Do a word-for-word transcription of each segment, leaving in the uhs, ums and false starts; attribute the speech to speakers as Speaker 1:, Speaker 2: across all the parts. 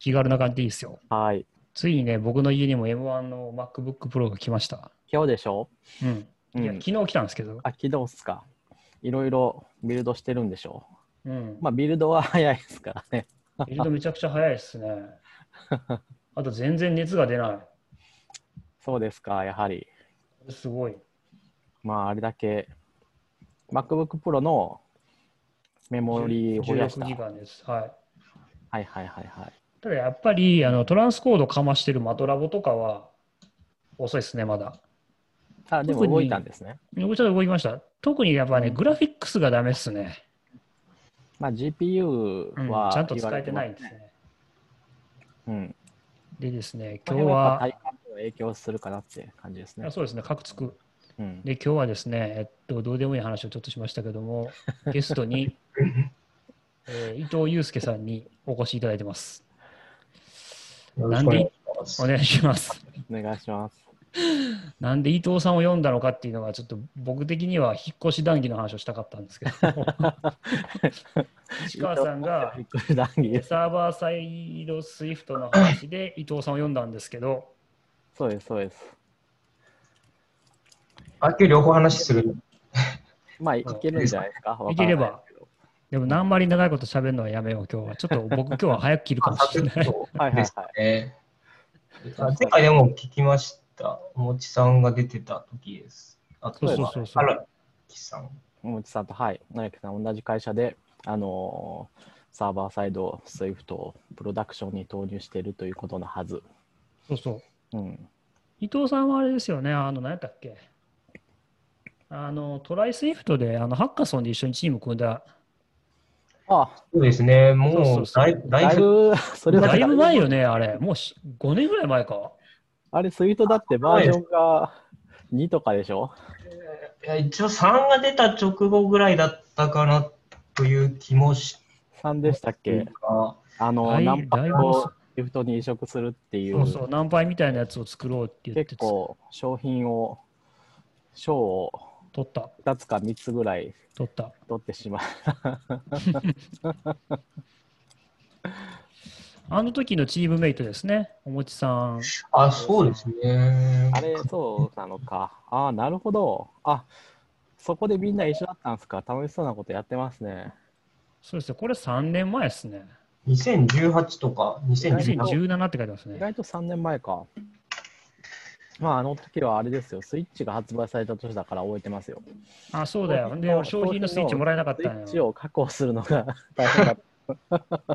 Speaker 1: 気軽な感じでいいですよ。
Speaker 2: はい。
Speaker 1: ついにね、僕の家にも エムワン の MacBook Pro が来ました。
Speaker 2: 今日でしょ？
Speaker 1: うん。いや、
Speaker 2: うん。
Speaker 1: 昨日来たんですけど。
Speaker 2: あ、昨日っすか。いろいろビルドしてるんでしょ
Speaker 1: うん。
Speaker 2: う。まあ、ビルドは早いですからね。
Speaker 1: ビルドめちゃくちゃ早いですね。あと全然熱が出ない。
Speaker 2: そうですか、やはり。
Speaker 1: これすごい。
Speaker 2: まあ、あれだけ MacBook Pro のメモリー増やし
Speaker 1: じゅうろくギ
Speaker 2: た。
Speaker 1: ガです。はい。
Speaker 2: はいはいはいはい。
Speaker 1: ただやっぱりあのトランスコードかましてるマトラボとかは遅いですね、まだ。
Speaker 2: あ、でも動いたん
Speaker 1: 特に、
Speaker 2: ですね。
Speaker 1: ちょっと動きました。特にやっぱね、
Speaker 2: うん。
Speaker 1: グラフィックスがダメっすね。
Speaker 2: まあ、ジーピーユー
Speaker 1: うん、ちゃん
Speaker 2: は言われて
Speaker 1: と使えてな
Speaker 2: ますね。
Speaker 1: いんですね。
Speaker 2: うん。
Speaker 1: でですね、
Speaker 2: この辺はやっぱ
Speaker 1: 今日は、
Speaker 2: 体感にも影響するかなって感じですね。
Speaker 1: あ、そうですね、カクつく。
Speaker 2: うん。
Speaker 1: で、今日はですね、えっと、どうでもいい話をちょっとしましたけども、ゲストに、えー伊藤祐介さんにお越しいただいてます。
Speaker 3: よろしくお願いし
Speaker 1: なんでい、
Speaker 3: ます。
Speaker 1: お願いします。
Speaker 2: お願いします。
Speaker 1: なんで伊藤さんを読んだのかっていうのが、ちょっと僕的には引っ越し談義の話をしたかったんですけど、西川
Speaker 2: 伊藤
Speaker 1: さんが
Speaker 2: さんびっくり談義。
Speaker 1: サーバーサイドスイフトの話で伊藤さんを読んだんですけど、
Speaker 2: そうです、そうです。
Speaker 3: あ、今日両方話する。
Speaker 2: まあ、いけるんじゃないですか。わから
Speaker 1: いければ、
Speaker 2: ないですけど。
Speaker 1: でも、
Speaker 2: うん、
Speaker 1: あんまり長いこと喋るのはやめよう、今日は。ちょっと僕、今日は早く切るか
Speaker 3: あ、
Speaker 1: も
Speaker 3: サク
Speaker 1: しれない。
Speaker 3: ッとです
Speaker 2: はいはいはい。
Speaker 3: ね。あ、前
Speaker 2: そしたら、
Speaker 3: 回でも聞きました。おもちさんが出てた時です。あ
Speaker 1: そう
Speaker 3: とは、
Speaker 1: そうそうそう。
Speaker 3: 荒木さん。
Speaker 2: ももちさんと、はい、成木さん、同じ会社で、あのーサーバーサイド Swift をプロダクションに投入しているということのはず。
Speaker 1: そうそう。
Speaker 2: うん。
Speaker 1: 伊藤さんはあれですよね、あの、何やったっけ。あの、トライスイフトで、あの、ハッカソンで一緒にチーム組んだ。
Speaker 2: あ、
Speaker 3: そうですね。
Speaker 1: そうそ
Speaker 3: もうだい、
Speaker 1: うそう。
Speaker 3: だいぶ、
Speaker 2: だいぶ、それは
Speaker 1: だいぶ
Speaker 2: だいぶ前、
Speaker 1: 前よね、あれ。もうしごねんぐらい前か。
Speaker 2: あれ、スイートだってバージョンがにとかでしょ？
Speaker 3: いや一応さんが出た直後ぐらいだったかなという気もし
Speaker 2: さん でしたっ
Speaker 3: てい
Speaker 2: け？
Speaker 3: うか、
Speaker 2: あの、
Speaker 1: だい、
Speaker 2: ナンパ
Speaker 1: だいぶ遅い。
Speaker 2: を Swift に移植するっていう、
Speaker 1: そうそう、ナンパイみたいなやつを作ろうって言ってつ
Speaker 2: 結構商品を、賞を
Speaker 1: 取った、
Speaker 2: ふたつかみっつぐらい
Speaker 1: 取った。
Speaker 2: 取ってしまう。
Speaker 1: あの時のチームメイトですね、おもちさん、
Speaker 3: あ、
Speaker 1: 伊藤さん。
Speaker 3: そうですね。
Speaker 2: あれ、そうなのか。ああ、なるほど。あ、そこでみんな一緒だったんですか。楽しそうなことやってますね。
Speaker 1: そうですね、これさんねんまえですね。
Speaker 3: にせんじゅうはちとか
Speaker 2: 意外と、
Speaker 3: にせんじゅうなな。
Speaker 1: にせんじゅうななって書いてますね。
Speaker 2: 意外とさんねんまえか。まあ、あの時はあれですよ。スイッチが発売された年だから覚えてますよ。
Speaker 1: あ、そうだよ。で、俺
Speaker 2: 商品の、
Speaker 1: 商品の
Speaker 2: 商品の
Speaker 1: スイッチもらえなかっ
Speaker 2: スイ
Speaker 1: たんよ。
Speaker 2: ッチを確保するのが大変だった。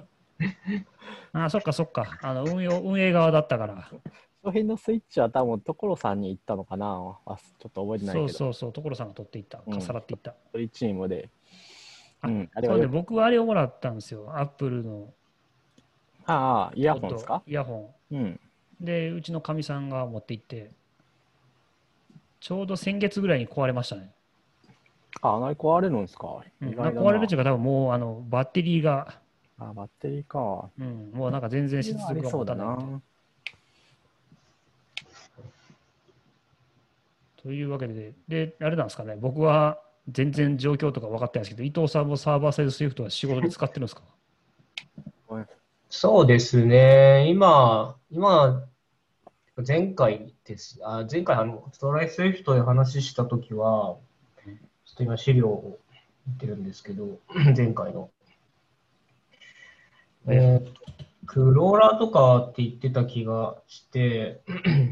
Speaker 1: あ、そっかそっか。あの運用、運営側だったから。
Speaker 2: 商品のスイッチは多分所さんに行ったのかな。あ、ちょっと覚えてないけど。
Speaker 1: そうそうそう、所さんが取っていった。か
Speaker 2: うん。
Speaker 1: さらっていった。
Speaker 2: 一人チームで。う
Speaker 1: あ、
Speaker 2: ん。あれ
Speaker 1: そうで、
Speaker 2: はよく。
Speaker 1: 僕はあれをもらったんですよ。アップルの
Speaker 2: ああ、イヤ
Speaker 1: ポッド、
Speaker 2: ホンですか？
Speaker 1: イヤホ
Speaker 2: うん。
Speaker 1: ン。で、うちのかみさんが持って行って、ちょうど先月ぐらいに壊れましたね。
Speaker 2: あ、あれ壊れるんですか？
Speaker 1: うん、な
Speaker 2: 意外だな。
Speaker 1: 壊れるっていうか、多分もうあのバッテリーが、
Speaker 2: あ、バッテリーか。
Speaker 1: うん、もうなんか全然接
Speaker 2: あり
Speaker 1: 続が持
Speaker 2: そうだな。
Speaker 1: たないみたいな。というわけで、で、あれなんですかね、僕は全然状況とか分かってないですけど、伊藤さんもサーバーサイドスイフトは仕事で使ってるんですか？
Speaker 3: そうですね。今、今、前回です。あ、前回、あの、ストライスイフトで話したときは、ちょっと今資料を見てるんですけど、前回の。えー、クローラーとかって言ってた気がして、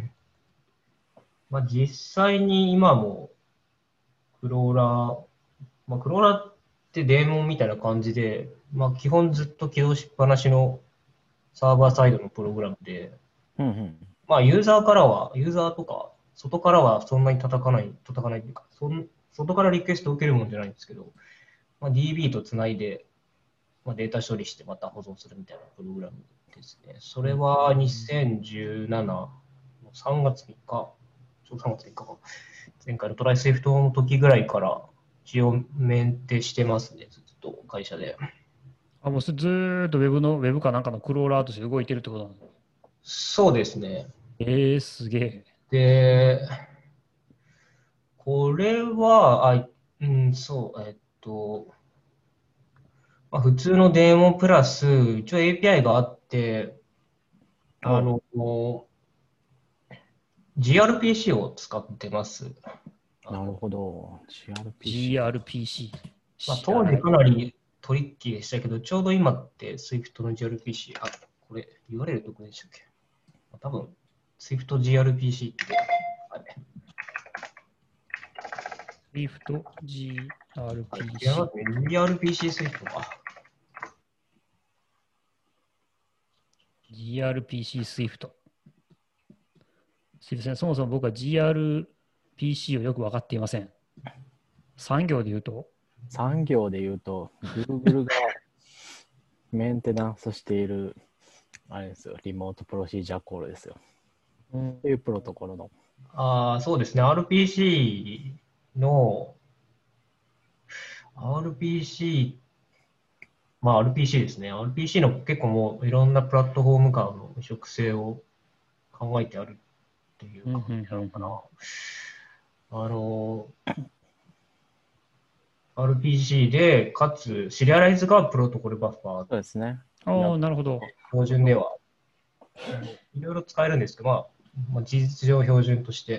Speaker 3: まあ実際に今もクローラー、まあ、クローラーってデーモンみたいな感じで、まあ基本ずっと起動しっぱなしのサーバーサイドのプログラムで、
Speaker 2: うんうん。
Speaker 3: まあ、ユーザーからは、ユーザーとか、外からはそんなに叩かない、叩かないっていうか、そん外からリクエストを受けるもんじゃないんですけど、まあ、ディービー とつないで、まあ、データ処理してまた保存するみたいなプログラムですね。それはにせんじゅうななのさんがつみっか、ちょうどさんがつみっかか、前回のトライセーフトの時ぐらいから一応メンテしてますね、ずっと会社で。
Speaker 1: あ、もうずーっとウェブの、ウェブかなんかのクローラーとして動いてるってことなの？
Speaker 3: そうですね。
Speaker 1: えー、すげえ。
Speaker 3: で、これは、あ、うん、そう、えっと、まあ、普通のデーモンプラス、一応 エーピーアイ があって、 あの、ジーアールピーシー を使ってます。
Speaker 2: なるほど。ジーアールピーシー。
Speaker 1: ジーアールピーシー。
Speaker 3: まあ、当時かなりトリッキーでしたけど、ちょうど今って Swift の ジーアールピーシー、あ、これ ユーアールエル どこでしたっけ？多分 Swift ジーアールピーシー って、あれ
Speaker 1: Swift ジーアールピーシー。
Speaker 3: ジーアールピーシー Swift か。
Speaker 1: ジーアールピーシー Swift。すいません、そもそも僕は ジーアールピーシー をよく分かっていません。産業で言うと
Speaker 2: 産業で言うと、Google がメンテナンスしている、あれですよ、リモートプロシージャーコールですよ。
Speaker 1: うん、
Speaker 2: っていうプロトコルの。
Speaker 3: ああ、そうですね。アールピーシー の、アールピーシー、まあ アールピーシー ですね。アールピーシー の結構もういろんなプラットフォーム間の移植性を考えてあるっていう感じなのかな。あの、アールピーシー で、かつ、シリアライズがプロトコルバッファー。
Speaker 2: そうですね。
Speaker 1: ああ、なるほど。
Speaker 3: 標準では、いろいろ使えるんですけど、まあ、まあ、事実上標準として。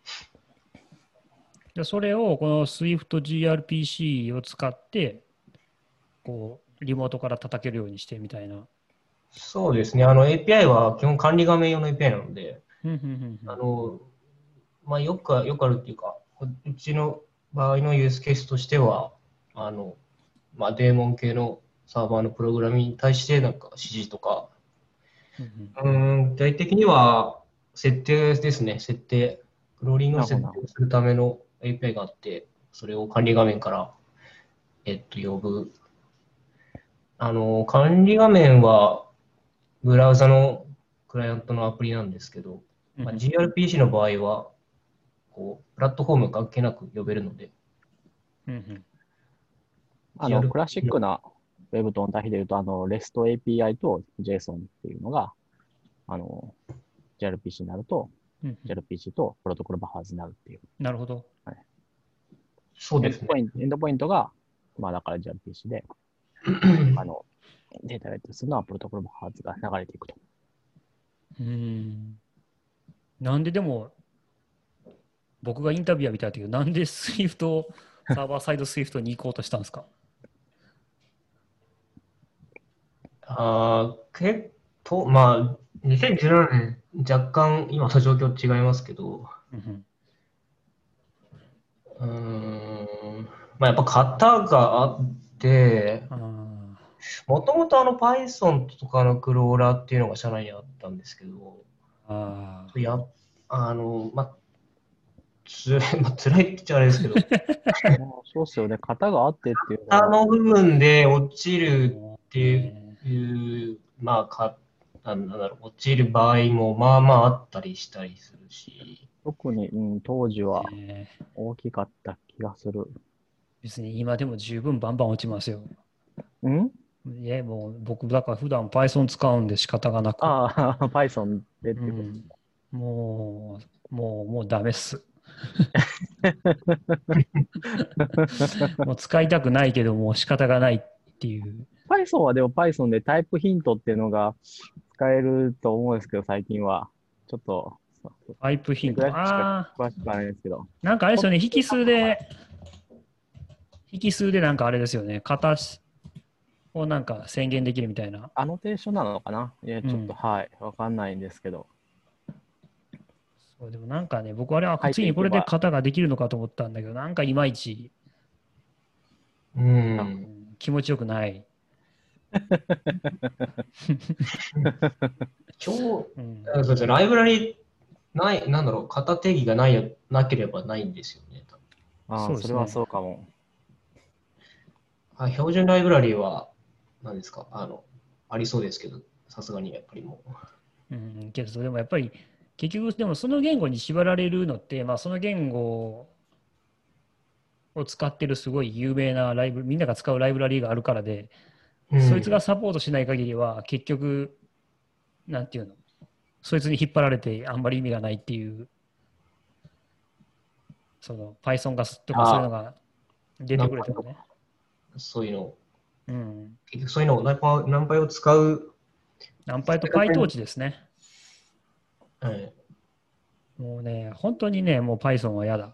Speaker 1: でそれをこの Swift ジーアールピーシー を使って、こう、リモートから叩けるようにしてみたいな。
Speaker 3: そうですね。あの エーピーアイ は基本管理画面用の エーピーアイ なので、
Speaker 1: うんうんうんうん
Speaker 3: あの、まあ、よくあ、よくあるっていうか、うちの場合のユースケースとしては、あの、まあ、デーモン系のサーバーのプログラムに対してなんか指示とか、
Speaker 1: うん
Speaker 3: うーん、具体的には設定ですね。設定。クローリングの設定をするための エーピーアイ があって、それを管理画面から、えっと、呼ぶ。あの、管理画面は、ブラウザのクライアントのアプリなんですけど、まあ、
Speaker 1: うんうん
Speaker 3: ジーアールピーシー の場合は、こう、プラットフォーム関係なく呼べるので、
Speaker 1: うんうん
Speaker 2: あの、クラシックな Web との対比で言うと、あの、REST エーピーアイ と JSON っていうのが、あの、ジーアールピーシー になると、
Speaker 1: うんうん
Speaker 2: ジーアールピーシー とプロトコルバッファーズになるっていう。
Speaker 1: なるほど。
Speaker 3: そうですね。
Speaker 2: エンドポイント、エンドポイントが、まあだから ジーアールピーシー で、あの、データライトするのはプロトコルバッファーズが流れていくと。
Speaker 1: うーん。なんででも、僕がインタビュアーみたいだけど、なんで Swift、サーバーサイド Swift に行こうとしたんですか？
Speaker 3: ああ、結構、まあ、にせんじゅうななねん、若干今の状況違いますけど、
Speaker 1: うん
Speaker 3: うーん、まあやっぱ型があって、
Speaker 1: うん、あ
Speaker 3: もともとあの Python とかのクローラーっていうのが社内にあったんですけど、
Speaker 1: ああ
Speaker 3: や、あの、まあ、つ、まあ、辛いって言っちゃあれですけど、
Speaker 2: もうそうっすよね。型があってっていうの
Speaker 3: 型
Speaker 2: は、
Speaker 3: の部分で落ち
Speaker 1: あ、
Speaker 3: るっていう、まあ、か、なんだろう、落ちる場合もまあまああったりしたりするし、
Speaker 2: 特に、うん、当時は
Speaker 1: ね
Speaker 2: 大きかった気がする。
Speaker 1: 別に今でも十分バンバン落ちますよ。
Speaker 2: ん
Speaker 1: いや、もう僕だから普段 Python 使うんで仕方がなく。
Speaker 2: ああ、Python でって
Speaker 1: う
Speaker 2: こと。
Speaker 1: ん、もう、もう、もうダメっす。もう使いたくないけど、もう仕方がないっていう。
Speaker 2: Python はでも Python でタイプヒントっていうのが使えると思うんですけど、最近は。ちょっと、
Speaker 1: タイプヒント。
Speaker 2: ぐらいし
Speaker 1: ああ、
Speaker 2: か詳しくはないんですけど。
Speaker 1: なんかあれですよね、引数で、引数でなんかあれですよね、形をなんか宣言できるみたいな。
Speaker 2: アノテーションなのかないや、ちょっと、
Speaker 1: うん
Speaker 2: はい、わかんないんですけど。
Speaker 1: そうでもなんかね、僕あれは
Speaker 2: 書いていけば
Speaker 1: ついにこれで型ができるのかと思ったんだけど、なんかいまいち、
Speaker 3: う。
Speaker 1: うんん気持ちよくない。
Speaker 3: 超、
Speaker 1: うん
Speaker 3: そうですねライブラリない、なんだろう、型定義がないや、なければないんですよね。
Speaker 2: ああ、
Speaker 1: そうですね
Speaker 2: それはそうかも。
Speaker 3: あ、標準ライブラリは、何ですか、あの、ありそうですけど、さすがにやっぱりもう。
Speaker 1: うん、けど、でもやっぱり、結局、でもその言語に縛られるのって、まあ、その言語を使ってるすごい有名なライブ、みんなが使うライブラリーがあるからで、
Speaker 3: うん
Speaker 1: そいつがサポートしない限りは、結局、なんていうの、そいつに引っ張られてあんまり意味がないっていう、その Python がとか
Speaker 3: あ
Speaker 1: そういうのが出てくれたらね。
Speaker 3: そういうの、
Speaker 1: うん。
Speaker 3: 結局そういうのを、ナンパナンパイを使う、
Speaker 1: ナンパイと PyTorch ですね。
Speaker 3: はい。
Speaker 1: もうね、本当にね、もう Python は嫌だ。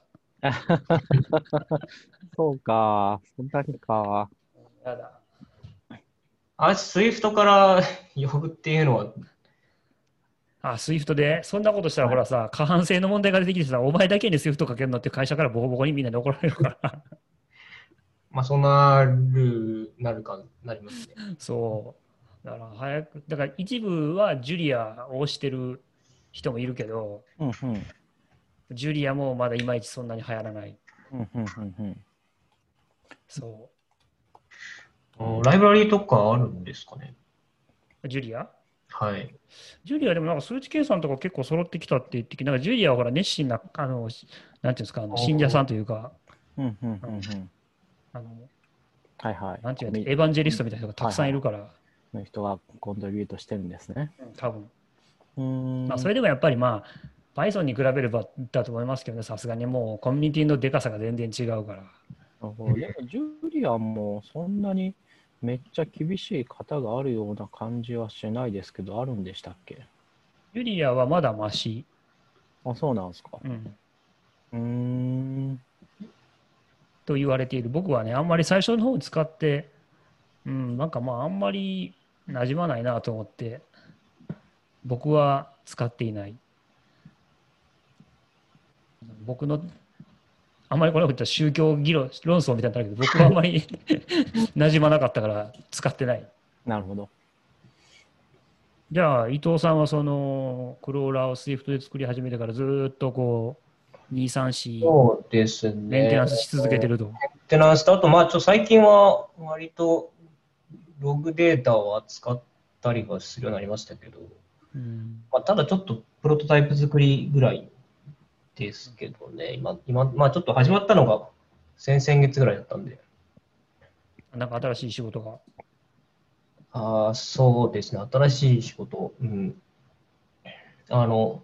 Speaker 2: そうか、そんなにか。
Speaker 1: 嫌だ。
Speaker 3: あれ、スイフトから呼ぶっていうのは、
Speaker 1: あ、Swift で、そんなことしたら
Speaker 3: はい。
Speaker 1: ほらさ、過半性の問題が出てきてさ、お前だけに Swift かけるのって会社からボコボコにみんなに怒られるから。
Speaker 3: まあ、そうなる、なるか、なりますね。
Speaker 1: そう。だから早く、だから一部はジュリアを推してる人もいるけど、
Speaker 2: うんうん。
Speaker 1: ジュリアもまだいまいちそんなに流行らない。
Speaker 2: うんうんうんうん。
Speaker 1: そ
Speaker 3: うんライブラリーとかあるんですかね。
Speaker 1: う。ジュリア
Speaker 3: はい。
Speaker 1: ジュリアでもなんか数値計算とか結構揃ってきたって言ってきて、なんかジュリアはほら熱心な、あの、しなんていうんですか、あの信者さんというか、
Speaker 2: うんうん
Speaker 1: うん、
Speaker 2: うんうん。
Speaker 1: あの、
Speaker 2: はいはい。
Speaker 1: なんていうの、
Speaker 2: コミ、
Speaker 1: エヴァンジェリ
Speaker 2: コミ
Speaker 1: ストみたいな人がたく
Speaker 2: はいはい。
Speaker 1: さんいるから、
Speaker 2: の人がコントリビュートしてるんですね。
Speaker 1: うん、多分。
Speaker 2: うーん。
Speaker 1: まあ、そ
Speaker 2: な
Speaker 1: れでもやっぱりまあ、Python に比べればだと思いますけどね、さすがにもうコミュニティのでかさが全然違うから。
Speaker 2: るほど。でも、ジュリアンもそんなにめっちゃ厳しい型があるような感じはしないですけど、あるんでしたっけ？
Speaker 1: ジュリアはまだマシ。
Speaker 2: あ、そうなんですか。
Speaker 1: うん。
Speaker 2: うーん。
Speaker 1: と言われている。僕はね、あんまり最初の方に使って、うん、なんかまあ、あんまり馴染まないなと思って、僕は使っていない。僕の、あんまりこれこと言ったら宗教議論、論争みたいになるけど、僕はあんまり馴染まなかったから使ってない。
Speaker 2: なるほど。
Speaker 1: じゃあ、伊藤さんはそのクローラーを Swift で作り始めてからずーっとこう、に、さん、よん、
Speaker 3: そうです
Speaker 1: メンテ
Speaker 3: ね。
Speaker 1: ナンスし続けてると。
Speaker 3: メンテナンスと、あと、まあ、ちょっと最近は割とログデータを扱ったりはするようになりましたけど、
Speaker 1: うん。
Speaker 3: まあ、ただちょっとプロトタイプ作りぐらいですけどね、今、今、まあ、ちょっと始まったのが先々月ぐらいだったんで、
Speaker 1: なんか新しい仕事が。
Speaker 3: ああ、そうですね、新しい仕事、うん、あの、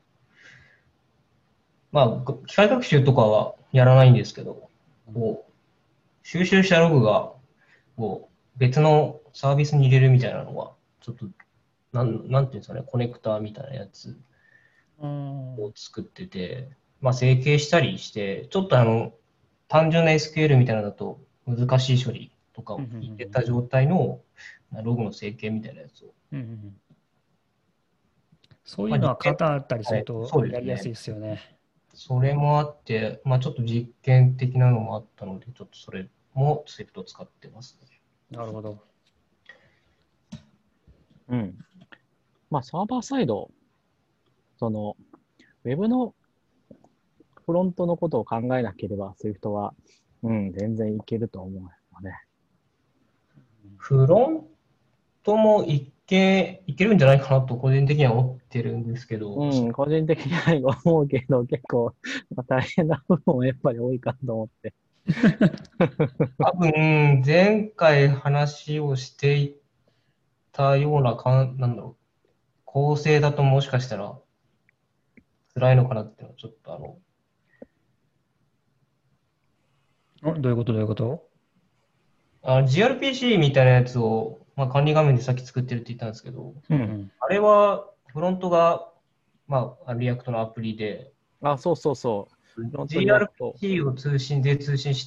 Speaker 3: まあ、機械学習とかはやらないんですけど、こう、収集したログが、こう、別のサービスに入れるみたいなのは、ちょっと、なん、なんていうんですかね、コネクターみたいなやつ
Speaker 1: うん。
Speaker 3: を作ってて、まあ、整形したりして、ちょっとあの、単純な エスキューエル みたいなのだと難しい処理とか
Speaker 1: うん。う
Speaker 3: を入れ
Speaker 1: ん。
Speaker 3: た状態のログの整形みたいなやつを、
Speaker 1: うん。うん。そうい
Speaker 3: まあ、
Speaker 1: うのは
Speaker 3: 実験、
Speaker 1: 型あったりす
Speaker 3: はい、
Speaker 1: ると
Speaker 3: そうですね。
Speaker 1: やりやすいですよね。
Speaker 3: それもあって、まあ、ちょっと実験的なのもあったので、ちょっとそれも Swift を使ってますね。
Speaker 1: なるほど。
Speaker 2: うん。まあ、サーバーサイド、その、ウェブのフロントのことを考えなければ、Swift は、うん、全然いけると思うので。
Speaker 3: フロントもいけ、いけるんじゃないかなと個人的には思ってるんですけど、
Speaker 2: うん、個人的には思うけど、結構、まあ、大変な部分もやっぱり多いかと思って。
Speaker 3: 多分、前回話をしていたようなかん、なんだろう、構成だともしかしたら辛いのかなっていうのはちょっとあの、
Speaker 1: おどういうことどういうこと
Speaker 3: あ ジーアールピーシー みたいなやつを、まあ、管理画面でさっき作ってるって言ったんですけど、
Speaker 2: うん。
Speaker 1: うん。
Speaker 3: あれはフロントが、まあ、リアクトのアプリで、
Speaker 2: あ、そうそうそう。フロントリアクト。
Speaker 3: ジーアールピーシー を通信で通信して、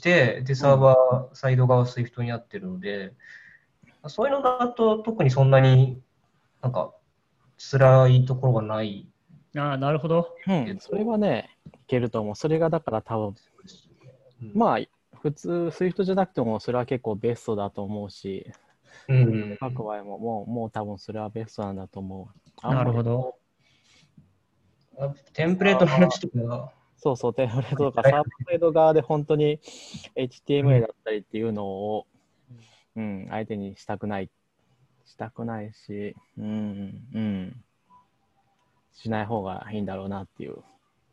Speaker 3: で、
Speaker 2: うん。
Speaker 3: サーバーサイド側は Swift になってるので、そういうのだと特にそんなになんか辛いところがない
Speaker 1: ああ、なるほど。
Speaker 2: うん、
Speaker 3: けど、
Speaker 2: それはね、いけると思う。それがだから多分、
Speaker 3: うん、
Speaker 2: まあ、普通、Swift じゃなくても、それは結構ベストだと思うし、
Speaker 3: うん、
Speaker 2: 書く場合も、もう、もう多分それはベストなんだと思う。あん
Speaker 1: な
Speaker 2: ま
Speaker 1: るほど。
Speaker 2: りこ
Speaker 3: あテン
Speaker 2: う、
Speaker 3: プレートの
Speaker 2: あ
Speaker 3: 話とか、
Speaker 2: そうそう、テンプレートとか、サーバーサイド側で本当に エイチティーエムエル だったりっていうのを、うん、相手にしたくない、したくないし、うん、うん、しない方がいいんだろうなっていう。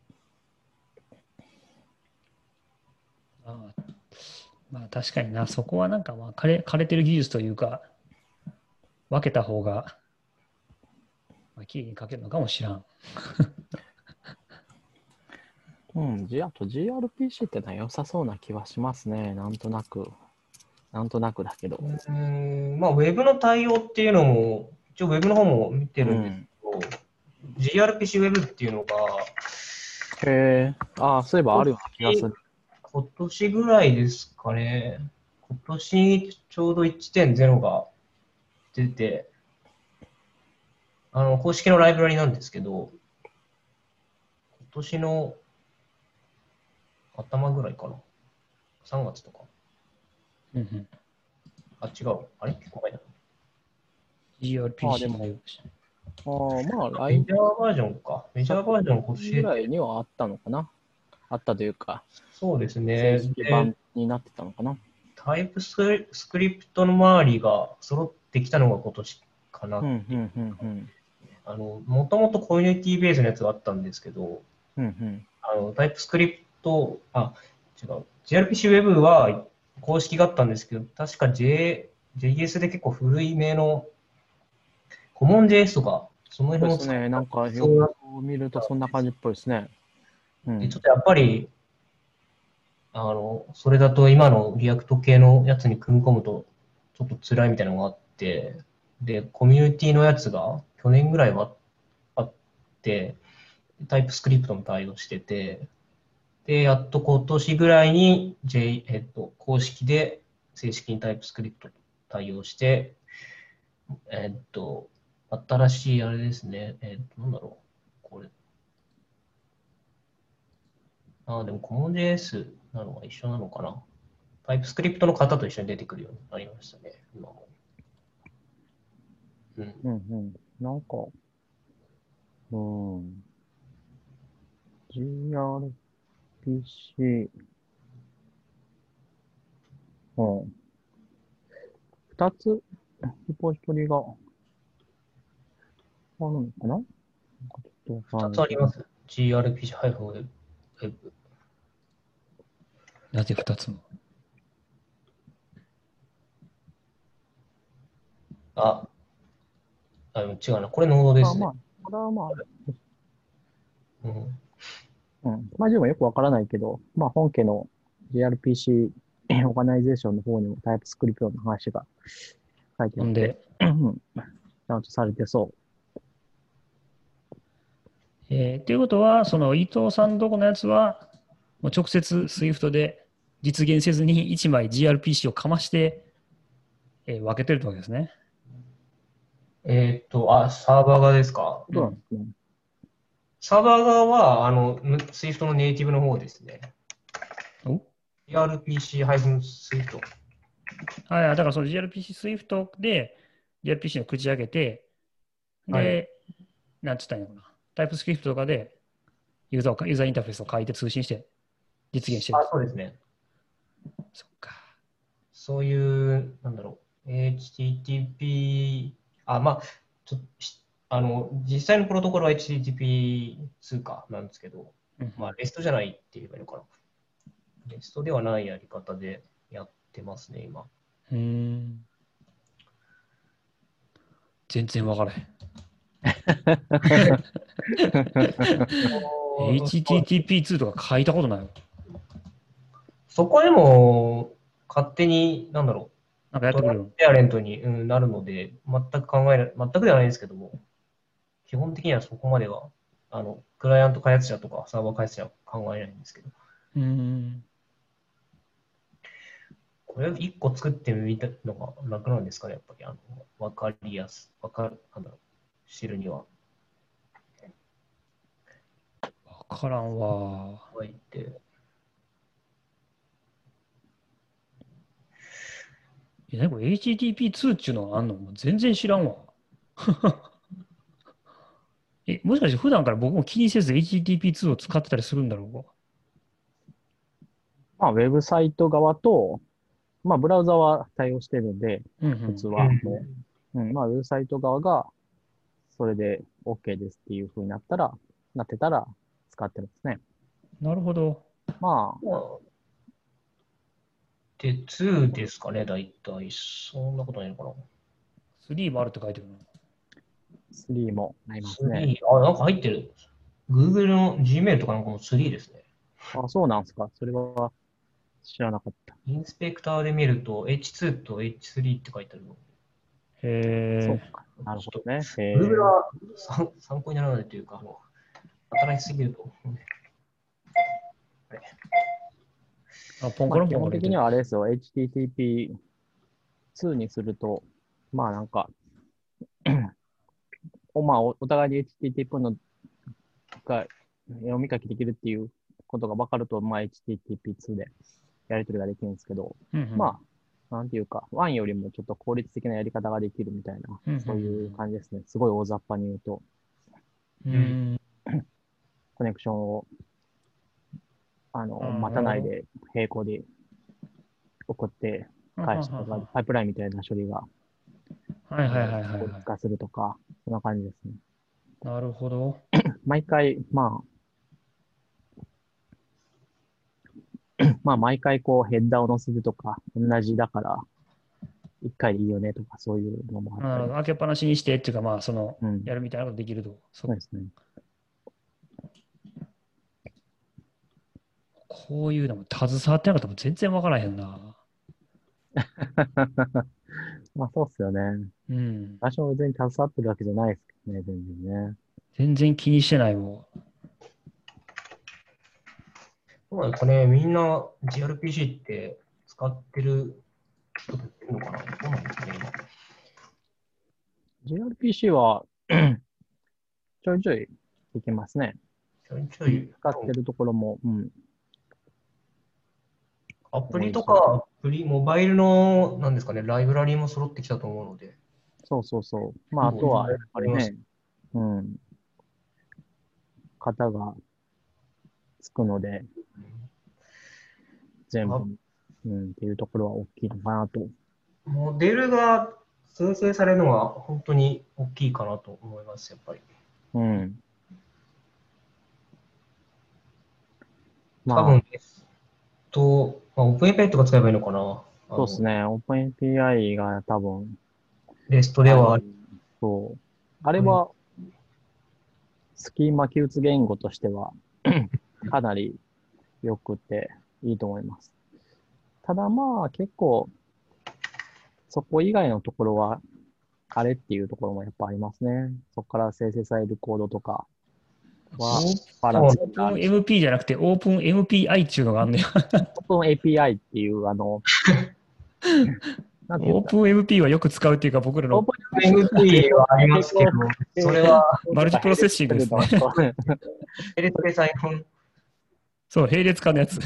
Speaker 1: ああ、まあ確かにな、そこはなんかまあ枯れ、枯れてる技術というか、分けた方が、まあ、綺麗に書けるのかもしらん。
Speaker 2: うん、G、あと ジーアールピーシー ってのは良さそうな気はしますね。なんとなく。なんとなくだけど。
Speaker 3: うん、まあ、ウェブの対応っていうのも、一応ウェブの方も見て
Speaker 2: う
Speaker 3: るんです
Speaker 2: ん。
Speaker 3: けど、 ジーアールピーシー Web っていうのが、
Speaker 2: へえ。ああ、そういえばあるような気がする。
Speaker 3: 今年ぐらいですかね。今年ちょうどいってんゼロが出て、あの、公式のライブラリなんですけど、今年の頭ぐらいかな。さんがつとか。
Speaker 1: うんうん、
Speaker 3: あ、違う。あれ結構前だ。
Speaker 2: ああ、
Speaker 1: ジーアールピーシー
Speaker 2: でも、
Speaker 1: のウェブ。
Speaker 2: ああ、まあ、
Speaker 3: メ
Speaker 2: 来
Speaker 3: ジャーバージョンか。メジャーバージョン今年
Speaker 2: ぐらい
Speaker 3: 出て、
Speaker 2: にはあったのかな。あったというか、
Speaker 3: そうです
Speaker 2: 正
Speaker 3: ね。
Speaker 2: 式
Speaker 3: で、
Speaker 2: 版になってたのかな。
Speaker 3: タイプスクリプトの周りが揃ってきたのが今年かな。
Speaker 2: うん、うん、うん、うん。
Speaker 3: あの、もともとコミュニティベースのやつがあったんですけど、
Speaker 2: うん、うん。
Speaker 3: あの、タイプスクリプト、あ、違う。ジーアールピーシー Web は公式があったんですけど、確か J、ジェイエス で結構古い名のコモン ジェイエス とか、その
Speaker 2: そうですね。
Speaker 3: 辺を使った
Speaker 2: なんか、よ
Speaker 3: そうなっ
Speaker 2: く見るとそんな感じっぽいですね。う
Speaker 3: て、
Speaker 2: ん。
Speaker 3: ちょっとやっぱり、あの、それだと今のリアクト系のやつに組み込むと、ちょっと辛いみたいなのがあって、で、コミュニティのやつが去年ぐらいはあって、タイプスクリプトも対応してて、で、やっと今年ぐらいに、J、えっと、公式で正式にタイプスクリプト対応して、えっと、新しいあれですね、えっと、なんだろう、これ。あ、でも コモン ジェイエス なのが一緒なのかな。タイプスクリプトの型と一緒に出てくるようになりましたね、今も。うん。
Speaker 2: うん、うん。なんか、うん。ジーアールピーシー、うん。二つ、リポジトリがあるのかな、なんかちょっとわか
Speaker 3: 二
Speaker 2: んない。
Speaker 3: つあります。ジーアールピーシー Web。Web
Speaker 1: なぜふたつも。
Speaker 3: あ、あ、違うな。これノードで
Speaker 2: あ、
Speaker 3: すね。
Speaker 2: まあ、これはま
Speaker 3: うん。
Speaker 2: あ、うん。まあ、自分はよくわからないけど、まあ、本家の ジーアールピーシー オーガナイゼーションの方にもタイプスクリプトの話が書いてあって、
Speaker 1: ほんで、
Speaker 2: うんちゃんとされてそ
Speaker 1: えー、ということは、その伊藤さんとこのやつは、もう直接 Swift で実現せずにいちまい ジーアールピーシー をかまして、えー分けてるってわけですね。
Speaker 3: えっと、あ、サーバー側ですか。
Speaker 2: う。
Speaker 1: うん。
Speaker 2: そうなんですね。
Speaker 3: サーバー側は、あの、Swift のネイティブの方ですね。
Speaker 1: お
Speaker 3: ジーアールピーシー Swift。
Speaker 1: はい、だからその ジーアールピーシー Swift で ジーアールピーシー を口開けて、
Speaker 3: はい。
Speaker 1: で、なんつったらいいのかな。タイプスクリプトとかでユーザーをユーザーインターフェースを書いて通信して実現してる
Speaker 3: あ、
Speaker 1: と。
Speaker 3: そうですね。
Speaker 1: そっか。
Speaker 3: そういう、なんだろう。エイチティーティーピー、あ、まあ、ちょっとし、あの、実際のプロトコルは エイチティーティーピーツー かなんですけど、まあ、
Speaker 1: うんうん、
Speaker 3: レストじゃないって言えばいいのかな。レストではないやり方でやってますね、今。
Speaker 1: うーん。全然わからへん。
Speaker 3: おー、そう
Speaker 1: エイチティーティーピーツー とか書いたことないわ。
Speaker 3: そこでも勝手に、なんだろ
Speaker 1: なんかやっ
Speaker 3: う、トラン
Speaker 1: てくれるの？
Speaker 3: スペアレントに、うん、なるので、全く考えない、全くではないですけども、基本的にはそこまでは、あの、クライアント開発者とかサーバー開発者は考えないんですけど、
Speaker 1: うーん。
Speaker 3: これを一個作ってみたのが楽なんですかね、やっぱり、あの、わかりやす、わかる、なんだろう、知るには。
Speaker 1: わからんわ。
Speaker 3: はいって、
Speaker 1: え、何これ エイチティーティーピーツー っていうのがあんのもう全然知らんわ。え、もしかして普段から僕も気にせず エイチティーティーピーツー を使ってたりするんだろうか。
Speaker 2: まあ、ウェブサイト側と、まあ、ブラウザは対応してるんで、
Speaker 1: うんう
Speaker 2: 普通
Speaker 1: ん。
Speaker 2: はもう、うん、まあ、ウェブサイト側が、それで OK ですっていう風になったら、なってたら使ってますね。
Speaker 1: なるほど。
Speaker 2: まあ、
Speaker 3: まあ、で、にですかね、大体。そんなことないのかな。
Speaker 1: スリーもあるって書いてるな。
Speaker 2: スリーもありますね。
Speaker 3: スリー、あ、なんか入ってる。Google の Gmail とかなんかもスリーですね。
Speaker 2: あ、そうなんですか。それは知らなかった。
Speaker 3: インスペクターで見ると エイチツー と エイチスリー って書いてあるの。
Speaker 1: へえ。
Speaker 2: そうか。なるほどね。へ
Speaker 3: ブルブラ
Speaker 2: ー
Speaker 3: は参参考にならないというか、もう働きすぎると。あれ
Speaker 1: あ、ポン
Speaker 2: まあ、
Speaker 1: コロン
Speaker 2: 基本的に
Speaker 1: ポンコロン言ってる。
Speaker 2: はあれですよ。エイチティーティーピーツー にすると、まあなんか、おまあ、おお互いに エイチティーティーピー のが読み書きできるっていうことが分かると、まあ、エイチティーティーピーツー でやり取りができるんですけど、
Speaker 1: うんうん。
Speaker 2: まあ、なんていうか、ワンよりもちょっと効率的なやり方ができるみたいな、
Speaker 1: うんうん
Speaker 2: そういう感じですね。すごい大雑把に言うと、
Speaker 1: うん。う
Speaker 3: うん
Speaker 1: ん。
Speaker 2: コネクションを、あ
Speaker 1: あ
Speaker 2: の、
Speaker 1: あ、
Speaker 2: 待
Speaker 1: なるほど。
Speaker 2: たないで並行で送って
Speaker 1: はは
Speaker 2: 返してとか、
Speaker 1: はは。
Speaker 2: パイプラインみたいな処理が、
Speaker 1: はいはい
Speaker 2: え
Speaker 1: はいはいはい。
Speaker 2: ー効率化するとか、そんな感じですね。
Speaker 1: なるほど。
Speaker 2: 毎回、まあ、まあ、毎回こうヘッダーを載せるとか、同じだから、一回でいいよねとか、そういうのもあったり。
Speaker 1: なるほど。開けっぱなしにしてっていうか、まあ、その、
Speaker 2: うん。
Speaker 1: やるみたいなことできると。そ
Speaker 2: そうですね。
Speaker 1: こういうのも携わってなかったら全然わからへんな。
Speaker 2: まあ、そうっすよね。
Speaker 1: うん。
Speaker 2: 私も別に携わってるわけじゃないですけどね、全然ね。
Speaker 1: 全然気にしてないも
Speaker 3: どうなんですかね、みんな ジーアールピーシー って使ってる人っているのかなどうなんですかね、今。
Speaker 2: ジーアールピーシー はちょいちょいできますね。
Speaker 3: ちょいちょい、
Speaker 2: 使ってるところも、うん、
Speaker 3: アプリと
Speaker 2: 多いし。
Speaker 3: か、アプリ、モバイルの、なんですかね、ライブラリーも揃ってきたと思うので、
Speaker 2: そうそうそう。まあ、あとは、やっ
Speaker 3: 結構使えると思います。
Speaker 2: ぱりね、うん、型がつくので、全部、
Speaker 3: あ
Speaker 2: うん、っていうところは大きいのかなと。
Speaker 3: モデルが生成されるのは本当に大きいかなと思います、やっぱり。
Speaker 2: うん。
Speaker 3: 多
Speaker 2: まあ、
Speaker 3: 分ですと、まあ、OpenAPI とか使えばいいのかな。あの、
Speaker 2: そうですね。OpenAPI が多分、
Speaker 3: レストで
Speaker 2: あの、
Speaker 3: は、
Speaker 2: そう。あれ
Speaker 3: うん、
Speaker 2: は、スキーマ記述言語としては、かなり良くていいと思います。ただまあ、結構、そこ以外のところは、あれっていうところもやっぱありますね。そこから生成されるコードとかは、ばらつ
Speaker 3: そう
Speaker 1: う。オープン
Speaker 2: きがあるし、
Speaker 1: エムピー じゃなくて、オープン エムピーアイ っていうのがあんねん。
Speaker 2: OpenAPI っていう、あの、なんていうんですか、
Speaker 1: オープン エムピー はよく使うっていうか、僕らの
Speaker 2: OpenAPI
Speaker 3: エムピー はありますけど、それは
Speaker 1: マルチプロセッシングですね。
Speaker 3: テレトレ採用。
Speaker 1: そう、並列化のやつ。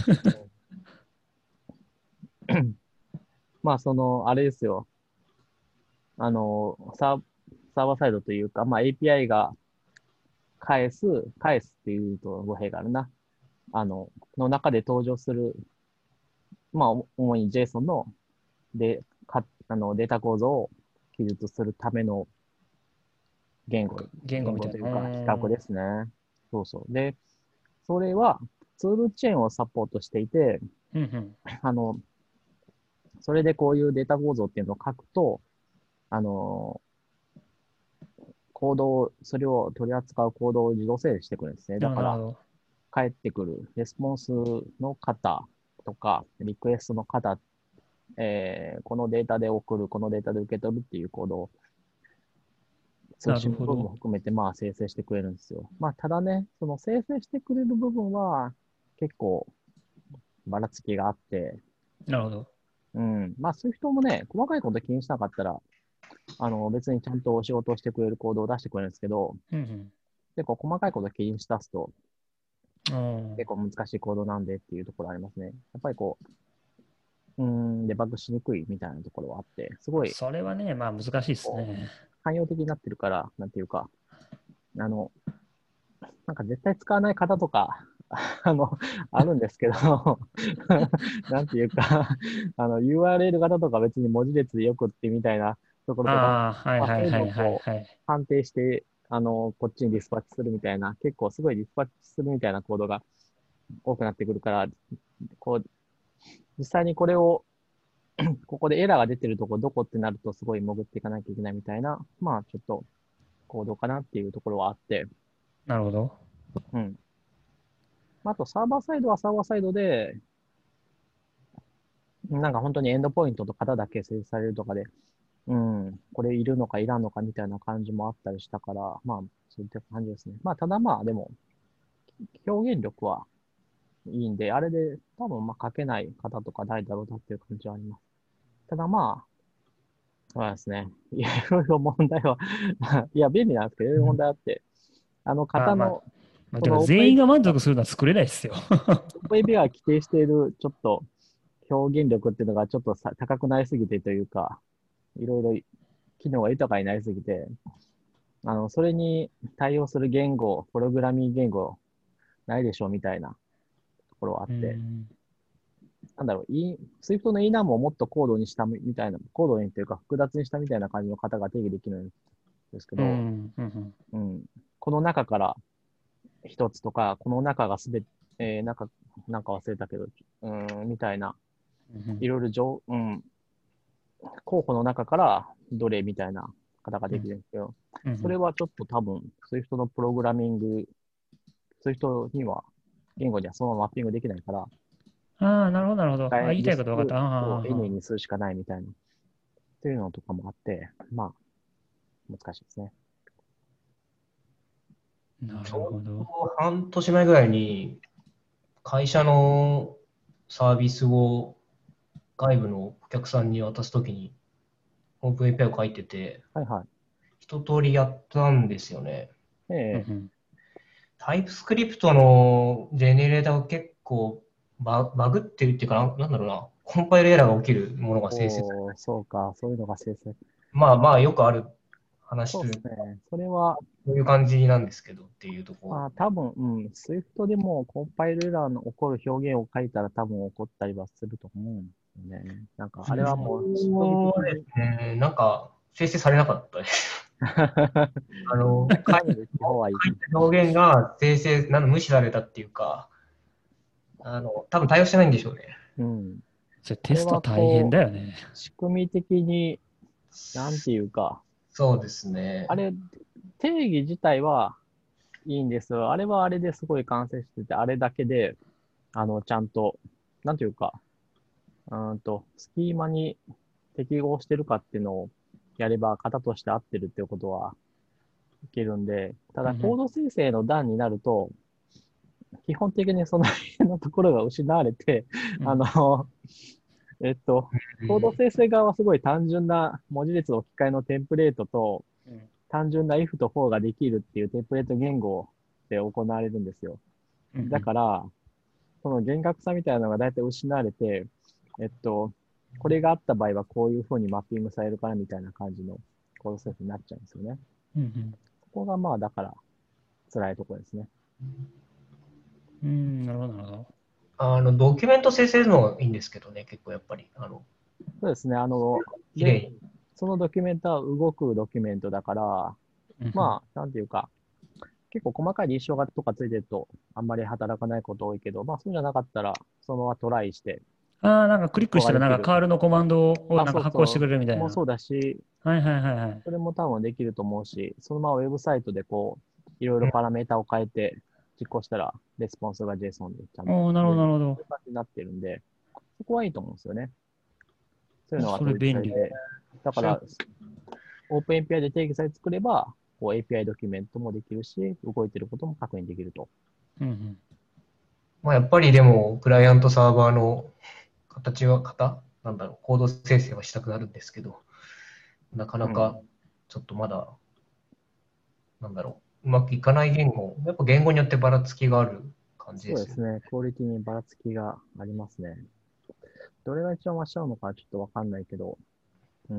Speaker 2: まあ、その、あれですよ。あの、サー、サーバーサイドというか、まあ エーピーアイ が返す、返すっていうと語弊があるな。あの、の中で登場する、まあ、主に JSON ので、か、あの、データ構造を記述するための言語、言
Speaker 1: 言語みたいな。う
Speaker 2: 語というか、比
Speaker 1: ーん。
Speaker 2: 較ですね。そうそう。で、それはツールチェーンをサポートしていて、
Speaker 1: うんうん。
Speaker 2: あの、それでこういうデータ構造っていうのを書くと、あの、コードを、それを取り扱うコードを自動整理してくるんですね。だ
Speaker 1: あ、
Speaker 2: から、
Speaker 1: なるほど。
Speaker 2: 返ってくるレスポンスの型とか、リクエストの型、えー、このデータで送る、このデータで受け取るっていうコードを通
Speaker 1: な
Speaker 2: 信の部分も
Speaker 1: るほど。
Speaker 2: 含めて、まあ、生成してくれるんですよ。まあ、ただね、その生成してくれる部分は結構ばらつきがあって、
Speaker 1: なるほど。
Speaker 2: うん。まあ、そういう人もね、細かいこと気にしなかったら、あの、別にちゃんと仕事をしてくれるコードを出してくれるんですけど、
Speaker 1: うん
Speaker 2: 結構細かいこと気にし出すと、
Speaker 1: うん。
Speaker 2: 結構難しいコードなんでっていうところありますね。やっぱりこう、うーん、デバッグしにくいみたいなところはあって、すごい、
Speaker 1: それはね、まあ難しいです
Speaker 2: こう、
Speaker 1: ね。
Speaker 2: 汎用的になってるから、なんていうか、あの、なんか絶対使わない方とか、あの、あるんですけど、なんていうか、あの、ユーアールエル 型とか別に文字列でよくってみたいなところとか、
Speaker 1: ああ、はい
Speaker 2: まあ、そういう
Speaker 1: はいはいはい
Speaker 2: のをこう、
Speaker 1: はい。
Speaker 2: 判定して、あの、こっちにディスパッチするみたいな、結構すごいディスパッチするみたいなコードが多くなってくるから、こう、実際にこれを、ここでエラーが出てるとこどこってなるとすごい潜っていかなきゃいけないみたいな、まあちょっとコードかなっていうところはあって、
Speaker 1: なるほど。
Speaker 2: うん。あとサーバーサイドはサーバーサイドで、なんか本当にエンドポイントと型だけ生成されるとかで、 うん、これいるのかいらんのかみたいな感じもあったりしたから、まあ、そういった感じですね。まあ、ただまあ、でも、表現力はいいんで、あれで多分まあ書けない方とかないだろうなっていう感じはあります。ただまあ、そうですね。いや、いろいろ問題はいや、便利なんですけど、いろいろ問題あって、あの
Speaker 1: ああ、まあ、
Speaker 2: 方の、
Speaker 1: まあ、
Speaker 2: その
Speaker 1: てか
Speaker 2: オープンエーピーアイ
Speaker 1: 全員が満
Speaker 2: が、
Speaker 1: 足するのは作れないですよ。
Speaker 2: オープンエーピーアイが規定しているちょっと表現力っていうのがちょっとさ高くなりすぎてというか、いろいろ機能が豊かになりすぎて、あの、それに対応する言語、プログラミング言語ないでしょうみたいなところはあっ
Speaker 1: う
Speaker 2: て、
Speaker 1: ん。
Speaker 2: なんだろう、イン Swift のイナももっと高度にしたみたいな、高度にというか複雑にしたみたいな感じの方が定義できるんですけ
Speaker 1: う
Speaker 2: ど、
Speaker 1: ん。うん。
Speaker 2: うん、この中から一つとか、この中がすべて、えー、なんか、なんか忘れたけど、うん、みたいな、
Speaker 1: うん
Speaker 2: いろいろ上、うん、候補の中からどれみたいな方ができるんですけど、
Speaker 1: うん。
Speaker 2: それはちょっと多分、Swift のプログラミング、Swift には、言語にはそのままマッピングできないから、
Speaker 1: ああ、なるほど、なるほど。あ、言いた
Speaker 2: 使え輸出
Speaker 1: いこと分かった。あ
Speaker 2: を
Speaker 1: あ、
Speaker 2: N にするしかないみたいな、っていうのとかもあって、まあ、難しいですね。
Speaker 1: な
Speaker 3: ちょ
Speaker 1: るほど。
Speaker 3: うど半年前ぐらいに会社のサービスを外部のお客さんに渡すときにオープン エーピーアイ を書いてて、
Speaker 2: はいは
Speaker 3: 一通りやったんですよね。
Speaker 2: い。ええ、
Speaker 1: うん。
Speaker 3: タイプスクリプトのジェネレーターが結構ババグってるっていうか、なんなんだろうな、コンパイルエラーが起きるものが生成され
Speaker 2: おー、そうか、そういうのが生成。
Speaker 3: まあまあよくある話
Speaker 2: そうで
Speaker 3: というか、
Speaker 2: すね。それは、
Speaker 3: そういう感じなんですけどっていうところ。
Speaker 2: まあ、多分、うん、Swift でもコンパイルエラーの起こる表現を書いたら多分起こったりはすると思うんですよね。なんか、あれはもう、仕組み的
Speaker 3: そうで
Speaker 2: に
Speaker 3: すね、なんか生成されなかったです。あの、書い
Speaker 2: 管理した方がいい。
Speaker 3: 書いた表現が生成、なんだ無視されたっていうか、あの、多分対応してないんでしょうね。
Speaker 2: うん。
Speaker 1: それテスト
Speaker 2: あれは
Speaker 1: 大変
Speaker 2: こう、
Speaker 1: だよね。
Speaker 2: 仕組み的に、なんていうか、
Speaker 3: そうですね。
Speaker 2: あれ、定義自体はいいんですよ。あれはあれですごい完成してて、あれだけで、あの、ちゃんと、なんていうか、うーんと、スキーマに適合してるかっていうのをやれば、型として合ってるっていうことはいけるんで、ただ、コー
Speaker 1: うん。
Speaker 2: ド生成の段になると、基本的にその辺のところが失われて、あ
Speaker 1: うん。
Speaker 2: の、えっと、コード
Speaker 3: うん
Speaker 2: 生成側はすごい単純な文字列置き換えのテンプレートと、
Speaker 1: うん
Speaker 2: 単純な if と for ができるっていうテンプレート言語で行われるんですよ。だ
Speaker 1: うん
Speaker 2: から、その厳格さみたいなのが大体失われて、えっと、これがあった場合はこういうふうにマッピングされるからみたいな感じのコード生成になっちゃうんですよね。
Speaker 1: うん
Speaker 2: そこがまあ、だから辛いところですね。
Speaker 1: うん。なるほど、なるほど。
Speaker 3: あの、ドキュメント生成するのがいいんですけどね、結構やっぱり。あの、
Speaker 2: そうですね。あの、で、
Speaker 3: 綺麗に。
Speaker 2: そのドキュメントは動くドキュメントだから、
Speaker 1: うん
Speaker 2: まあ、なんていうか、結構細かい立証がとかついてると、あんまり働かないこと多いけど、まあそうじゃなかったら、そのままトライして、
Speaker 1: ああ、なんかクリックしたらなんか
Speaker 2: こができる。
Speaker 1: カールのコマンドを
Speaker 2: あ、
Speaker 1: なんか
Speaker 2: そう
Speaker 1: 発行してくれるみた
Speaker 2: そう。
Speaker 1: いな。
Speaker 2: もうそうだし、
Speaker 1: はいはいはいはい。
Speaker 2: それも多分できると思うし、そのままウェブサイトでこう、いろいろパラメータを変えて実行したら、レスポンスが JSON でちゃんと
Speaker 1: おお、なるほど、なるほど。
Speaker 2: そういう感じになってるんで、そこはいいと思うんですよね。そういうのが
Speaker 1: それ
Speaker 2: 統一さ
Speaker 1: 便利。
Speaker 2: れて。だから、オープン エーピーアイ で定義さえ作れば、こう エーピーアイ ドキュメントもできるし、動いてることも確認できると。
Speaker 1: うんうん。
Speaker 3: まあ、やっぱりでも、クライアントサーバーの形は、型なんだろう、コード生成はしたくなるんですけど、なかなかちょっとまだ、なんだろう、うまくいかない言語、やっぱ言語によってばらつきがある感じですよね。
Speaker 2: そうですね。クオリティにばらつきがありますね。どれが一番増しちゃうのかちょっとわかんないけど。うん。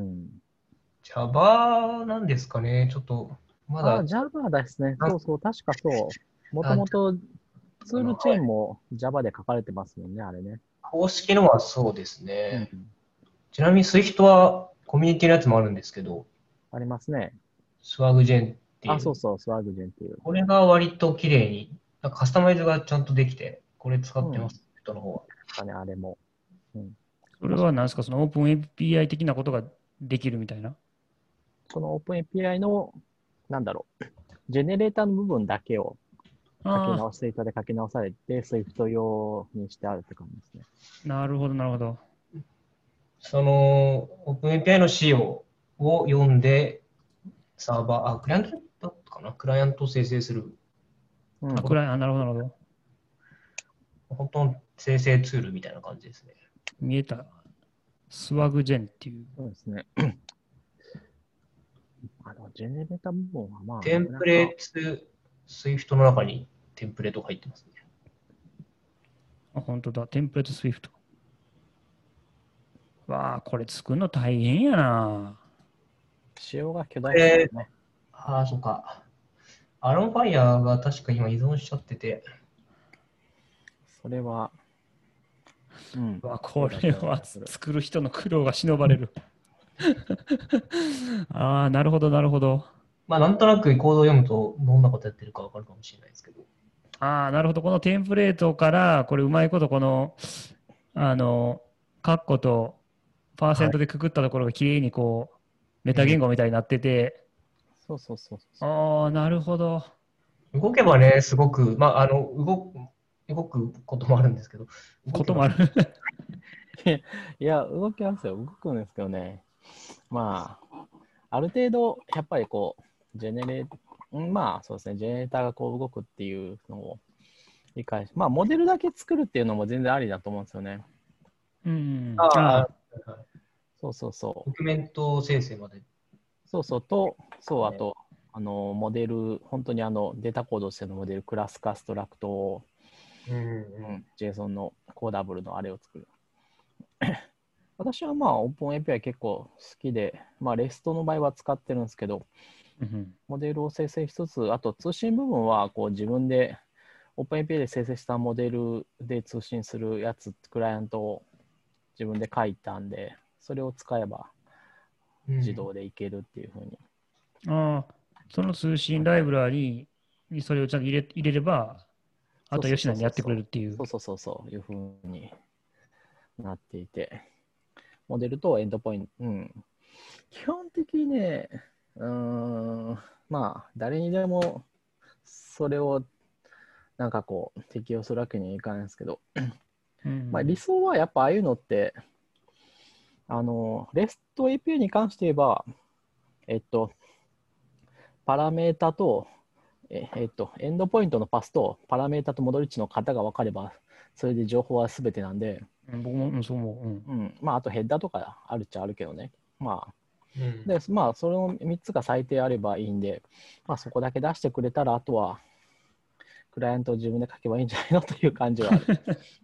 Speaker 3: Java なんですかね、ちょっと、ま
Speaker 2: あ、
Speaker 3: だ、
Speaker 2: Java ですね。
Speaker 3: あ、
Speaker 2: そうそう。確かそう。もと
Speaker 3: あ
Speaker 2: もとツ
Speaker 3: あの、
Speaker 2: ールチェー
Speaker 3: はい、
Speaker 2: ンも Java で書かれてますもんね、あれね。
Speaker 3: 公式のはそうです
Speaker 2: うん。
Speaker 3: ね。ちなみに Swift はコミュニティのやつもあるんですけど、
Speaker 2: ありますね。
Speaker 3: SwagGen って
Speaker 2: あ、
Speaker 3: いう、
Speaker 2: そうそう。スワグジェンっていう。
Speaker 3: これが割と綺麗に、なんかカスタマイズがちゃんとできて、これ使
Speaker 2: うん。
Speaker 3: ってます、人の方は。
Speaker 2: 確かにあれも。うん。
Speaker 1: それ
Speaker 2: 確かに。
Speaker 1: は何ですか、そのオープン エーピーアイ 的なことができるみたいな。
Speaker 2: その OpenAPI の、なんだろう。ジェネレーターの部分だけを書き
Speaker 1: あ
Speaker 2: 直して、で書き直されて、Swift 用にしてあるって感じですね。
Speaker 1: あ、なるほど、なるほど。
Speaker 3: その OpenAPI の C をを読んで、サーバー、あ、クライアントだったかなクライアントを生成する。
Speaker 2: うん
Speaker 1: あ、これ、あ、なるほど、なるほど。
Speaker 3: 本当の生成ツールみたいな感じですね。
Speaker 1: 見えた。スワグジェンっていう。
Speaker 2: そうですね。あの、ジェネレータ部分はまあ、
Speaker 3: テンプレーツ、スイフトの中にテンプレートが入ってますね。
Speaker 1: あ、本当だ。テンプレートスイフト。わあ、これ作るの大変やな。
Speaker 2: 仕様が巨大ですよね。
Speaker 3: ああ、そっか。アロンファイヤーが確か今依存しちゃってて、
Speaker 2: それは、うん。
Speaker 1: わあ、これは
Speaker 2: そうだと
Speaker 1: 作る人の苦労が忍ばれる。ああ、なるほど、なるほど。
Speaker 3: まあなんとなくコードを読むとどんなことやってるかわかるかもしれないですけど。
Speaker 1: ああ、なるほど。このテンプレートから、これうまいこと、この、あの、カッコとパーセ
Speaker 3: はい。
Speaker 1: ントでくくったところがきれいにこう、メタ言語みたいになってて、
Speaker 2: そうそうそうそう。
Speaker 1: ああ、なるほど。
Speaker 3: 動けばね、すごく、まあ、あの、動く、動くこともあるんですけど、動けば、
Speaker 1: こともある。
Speaker 2: いや、動きますよ。動くんですけどね。まあ、ある程度、やっぱりこう、ジェネレー、んまあ、そうですね、ジェネレーターがこう動くっていうのを理解し、まあ、モデルだけ作るっていうのも全然ありだと思うんですよね。
Speaker 1: うん。
Speaker 3: ああ、
Speaker 1: あ
Speaker 3: はい
Speaker 2: そうそうそう。
Speaker 3: ドキュメント生成まで。
Speaker 2: そうそうと、そう、あ
Speaker 3: ね
Speaker 2: と、あの、モデル、本当にあの、データコードとしてのモデル、クラスカストラクトを、
Speaker 3: うん
Speaker 2: う
Speaker 3: うん
Speaker 2: ん、JSON のコーダブルのあれを作る。私はまあ、オープン エーピーアイ 結構好きで、まあ、REST の場合は使ってるんですけど、
Speaker 1: うん
Speaker 2: モデルを生成しつつ、あと通信部分はこう自分で OpenAPI で生成したモデルで通信するやつ、クライアントを自分で書いたんで、それを使えば
Speaker 3: うん
Speaker 2: 自動でいけるっていうふうに。
Speaker 1: ああ、その通信ライブラリにそれをちゃんと入れ入れれば、あとは
Speaker 2: そうそう
Speaker 1: 吉田にやってく
Speaker 2: そうそうそう。
Speaker 1: れるっていう。
Speaker 2: そうそうそうそう、いうふうになっていて、モデルとエンドポイント、うん。基本的にね、うーん、まあ、誰にでもそれをなんかこう適用するわけにはいかないんですけど、
Speaker 1: うん
Speaker 2: まあ、理想はやっぱああいうのって、あの、REST エーピーアイ に関して言えば、えっと、パラメータと、ええっと、エンドポイントのパスとパラメータと戻り値の型が分かれば、それで情報は全てなんで、
Speaker 1: うん僕もうんそう思う。うん
Speaker 2: うん、まあ、あとヘッダーとかあるっちゃあるけどね。まあ、
Speaker 3: うん
Speaker 2: で、まあ、それのみっつが最低あればいいんで、まあ、そこだけ出してくれたら、あとは、クライアントを自分で書けばいいんじゃないのという感じはある。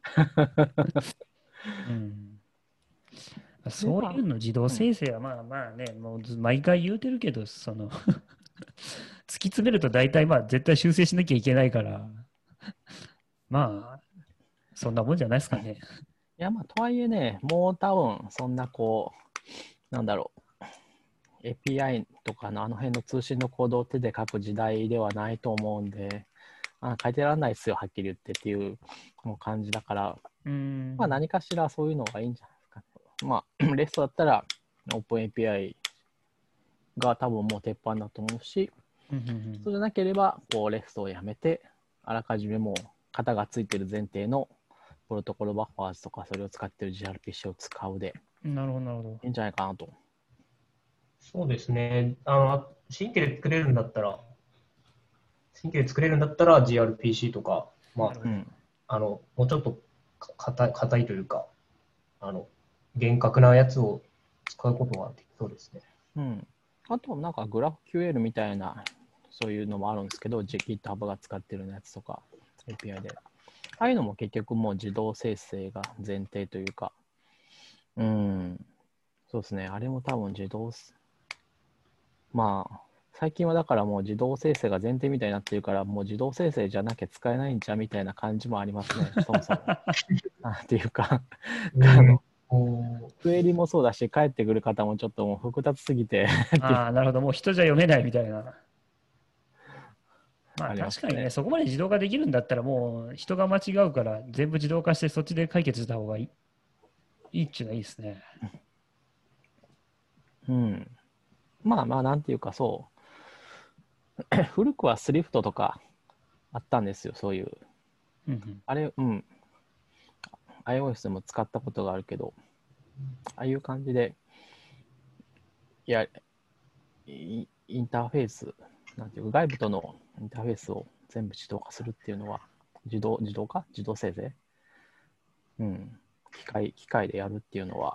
Speaker 1: うん
Speaker 2: で、
Speaker 1: そういう
Speaker 2: まあ、
Speaker 1: の自動
Speaker 2: うん、
Speaker 1: 生成はまあまあね、もうず毎回言うてるけど、その突き詰めると大体まあ絶対修正しなきゃいけないから、まあ、そんなもんじゃないですかね。
Speaker 2: いや、まあ、とはいえね、もう多分、そんなこう、なんだろう、エーピーアイ とかのあの辺の通信のコードを手で書く時代ではないと思うんで、あ書いてらんないっすよ、はっきり言ってっていうもう感じだから、
Speaker 1: うーん。
Speaker 2: まあ、何かしらそういうのがいいんじゃないですかね。まあ、レストだったら、OpenAPI が多分もう鉄板だと思うし、
Speaker 1: うんうん
Speaker 2: そうじゃなければ、こう、レストをやめて、あらかじめもう型がついてる前提のプロトコルバッファーズとか、それを使ってる ジーアールピーシー を使うで
Speaker 1: うん。なるほど、なるほど。
Speaker 2: いいんじゃないかなと。
Speaker 3: そうですね。あの、新規で作れるんだったら、新規で作れるんだったら ジーアールピーシー とか、ま
Speaker 1: なるほど。
Speaker 2: うん。
Speaker 3: あ、あの、もうちょっとか硬い硬いというか、あの、厳格なやつを使うことができそうですね。
Speaker 2: うん。あと、なんか GraphQL みたいな、そういうのもあるんですけど、GitHub が使ってるやつとか、エーピーアイ で。ああいうのも結局もう自動生成が前提というか、うん。そうですね。あれも多分自動、まあ、最近はだからもう自動生成が前提みたいになってるから、もう自動生成じゃなきゃ使えないんじゃみたいな感じもありますね、そもそも。なんていうか、あ
Speaker 3: うん。
Speaker 2: の、
Speaker 3: こ
Speaker 2: クエリもそうだし、帰ってくる方もちょっともう複雑すぎてっていう
Speaker 1: ああ、なるほど。もう人じゃ読めないみたいな。まあ
Speaker 2: ありますね。
Speaker 1: 確かにね、そこまで自動化できるんだったらもう人が間違うから全部自動化してそっちで解決した方がいい。いいっちゅうのはいいですね。
Speaker 2: うん。まあまあ、なんていうかそう、古くはスリフトとかあったんですよ、そういう。
Speaker 1: うんうん。
Speaker 2: あれ、うん、iOS でも使ったことがあるけど、ああいう感じで、 いや、イインターフェース、なんていうか外部とのインターフェースを全部自動化するっていうのは、自動、自動化自動生成うん。機械、機械でやるっていうのは、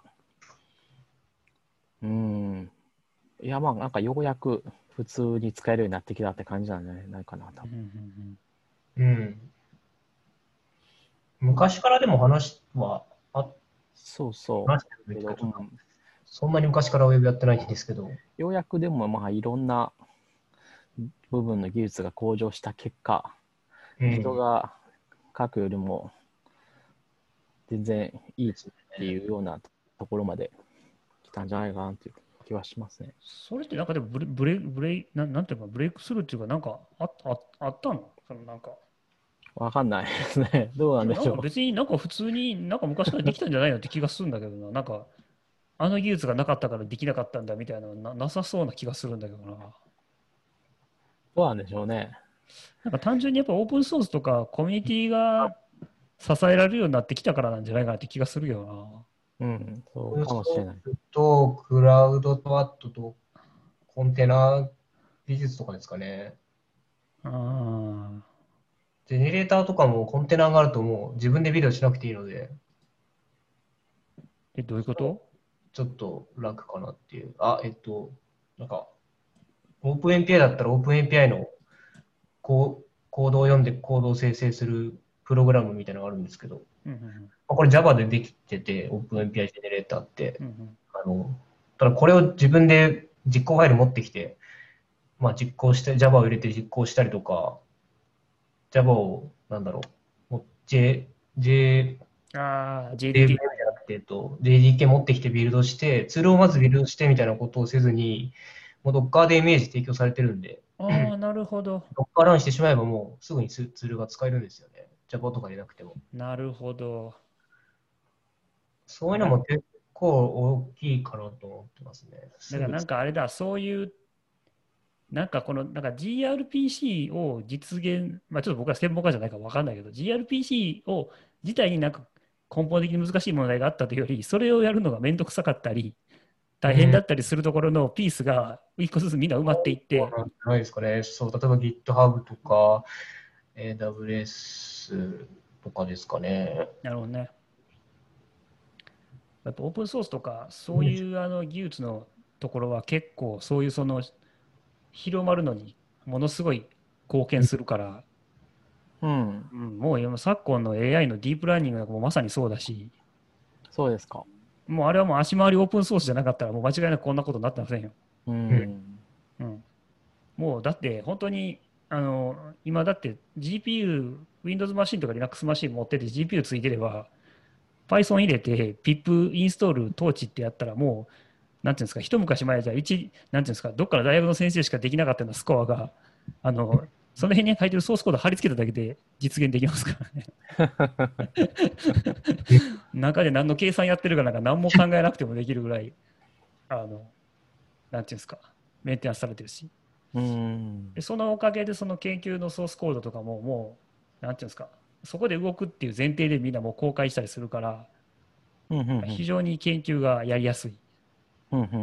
Speaker 2: うん。いや、まあ、なんかようやく普通に使えるようになってきたって感じなんじゃないかな、多
Speaker 1: うん
Speaker 2: 分。
Speaker 1: うんうん
Speaker 3: うん。昔からでも話はあっ
Speaker 2: そうそ
Speaker 3: 話して
Speaker 2: う。けど、
Speaker 3: るけど、
Speaker 2: うん。
Speaker 3: そんなに昔からウェブやってないんですけど。
Speaker 2: ようやくでも、まあ、いろんな部分の技術が向上した結果、
Speaker 3: うん。
Speaker 2: 人が書くよりも全然いいっ
Speaker 3: です
Speaker 2: て
Speaker 3: ね。
Speaker 2: いうようなところまで来たんじゃないかなっていう気はしますね。
Speaker 1: それってなんかでもブレ、ブレ、ブレ、なん、なんていうか、ブレイクスルーっていうか、なんかあ、あ、あったのそのなんか。
Speaker 2: わかんないですね。どうなん
Speaker 1: いや、なんか
Speaker 2: でしょ
Speaker 1: 別になんか普通になんか昔からできたんじゃないのって気がするんだけどな。なんか、あの技術がなかったからできなかったんだみたいなのな、なさそうな気がするんだけどな。
Speaker 2: う。どうなんでしょうね。
Speaker 1: なんか単純にやっぱオープンソースとかコミュニティが支えられるようになってきたからなんじゃないかなって気がするよ
Speaker 2: うん、そうかもしれない。
Speaker 3: ソースとクラウドとアットとコンテナ技術とかですかね。
Speaker 1: な。ああ。
Speaker 3: ジェネレーターとかもコンテナがあるともう自分でビデオしなくていいので、
Speaker 1: え、どういうこと？
Speaker 3: ちょっと楽かなっていう。あ、えっと、なんか、オープン エーピーアイ だったらオープン エーピーアイ のコーコードを読んでコードを生成するプログラムみたいなのがあるんですけど、
Speaker 1: うんうん
Speaker 3: まあこれ Java でできてて、オープン エーピーアイ ジェネレーターって、
Speaker 1: うんうん
Speaker 3: あの、ただこれを自分で実行ファイル持ってきて、まあ実行して、Java を入れて実行したりとか、Java を、なんだろう、もう J、J、
Speaker 1: うん。ああ、
Speaker 3: デーブ
Speaker 1: ジェーディーケー。
Speaker 3: じゃなくて、えっと、ジェーディーケー 持ってきてビルドして、ツールをまずビルドしてみたいなことをせずに、もう Docker でイメージ提供されてるんで、
Speaker 1: ああ、なるほど。
Speaker 3: Docker ランしてしまえばもうすぐにツツールが使えるんですよね。Java とかでなくても。
Speaker 1: なるほど。
Speaker 3: そういうの
Speaker 1: な、
Speaker 3: も結構大きいかなと思ってますね。
Speaker 1: だから
Speaker 3: すぐ使
Speaker 1: なんかあれだ、そういう、なんかこの、なんか ジーアールピーシー を実現、まあちょっと僕は専門家じゃないから分かんないけど、ジーアールピーシー を自体になんか根本的に難しい問題があったというより、それをやるのがめんどくさかったり、
Speaker 3: う。う
Speaker 1: 大変だ
Speaker 3: ん。
Speaker 1: ったりするところのピースが一個ずつみんな埋まっていって、
Speaker 3: そうなんじゃないですかね。そう、例えば GitHub とか エーダブリューエス とかですかね。
Speaker 1: なるほどね。やっぱオープンソースとか、そういうあの技術のところは結構そういうその広まるのにものすごい貢献するから、
Speaker 2: うん、
Speaker 1: うん、もう今昨今の エーアイ のディープラーニングなんかもまさにそうだし、
Speaker 2: そうですか。
Speaker 1: もうあれはもう足回りオープンソースじゃなかったらもう間違いなくこんなことになってませんよ。
Speaker 2: う
Speaker 3: うん。
Speaker 2: ん、
Speaker 1: うん、もうだって本当にあの今だって ジーピーユー、Windows マシンとか Linux マシン持ってて ジーピーユー ついてれば Python 入れて pip インストール統治ってやったらもうなんていうんですか、一昔前じゃ一、なんていうんですか、どっかの大学の先生しかできなかったようなスコアが、あの、その辺に書いてるソースコード貼り付けただけで実現できますからね。中で何の計算やってるかなんか何も考えなくてもできるぐらい、あの、なんていうんですか、メンテナンスされてるし。
Speaker 2: うん、
Speaker 1: で、そのおかげでその研究のソースコードとかももう、なんていうんですか、そこで動くっていう前提でみんなもう公開したりするから、
Speaker 2: うん、うん、
Speaker 1: 非常に研究がやりやすいっ
Speaker 2: うん、うん、うん、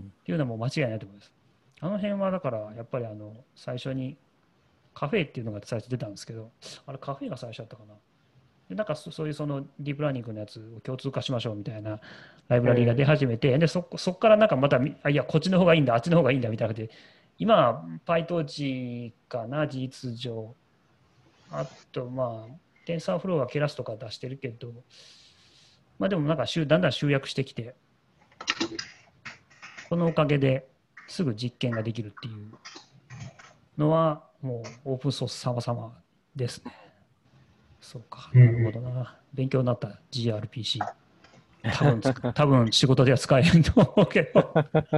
Speaker 1: ていうのはもう間違いないと思います。あの辺はだからやっぱりあの最初にカフェっていうのが最初出たんですけど、あれカフェが最初だったかな。でなんかそそういうそのディープラーニングのやつを共通化しましょうみたいなライブラリーが出
Speaker 3: え
Speaker 1: 始めて、でそこそこからなんかまたみ、あいや、こっちの方がいいんだ、あっちの方がいいんだみたいなで、今は PyTorch かな、事実上。あと、まあ、TensorFlow はケラスとか出してるけど、まあでもなんか集だんだん集約してきて、このおかげですぐ実験ができるっていうのは、もうオープンソース様々ですね。そうか、
Speaker 3: うん
Speaker 1: なるほどな。勉強になった ジーアールピーシー。多分つ、多分仕事では使えへんと思うけど。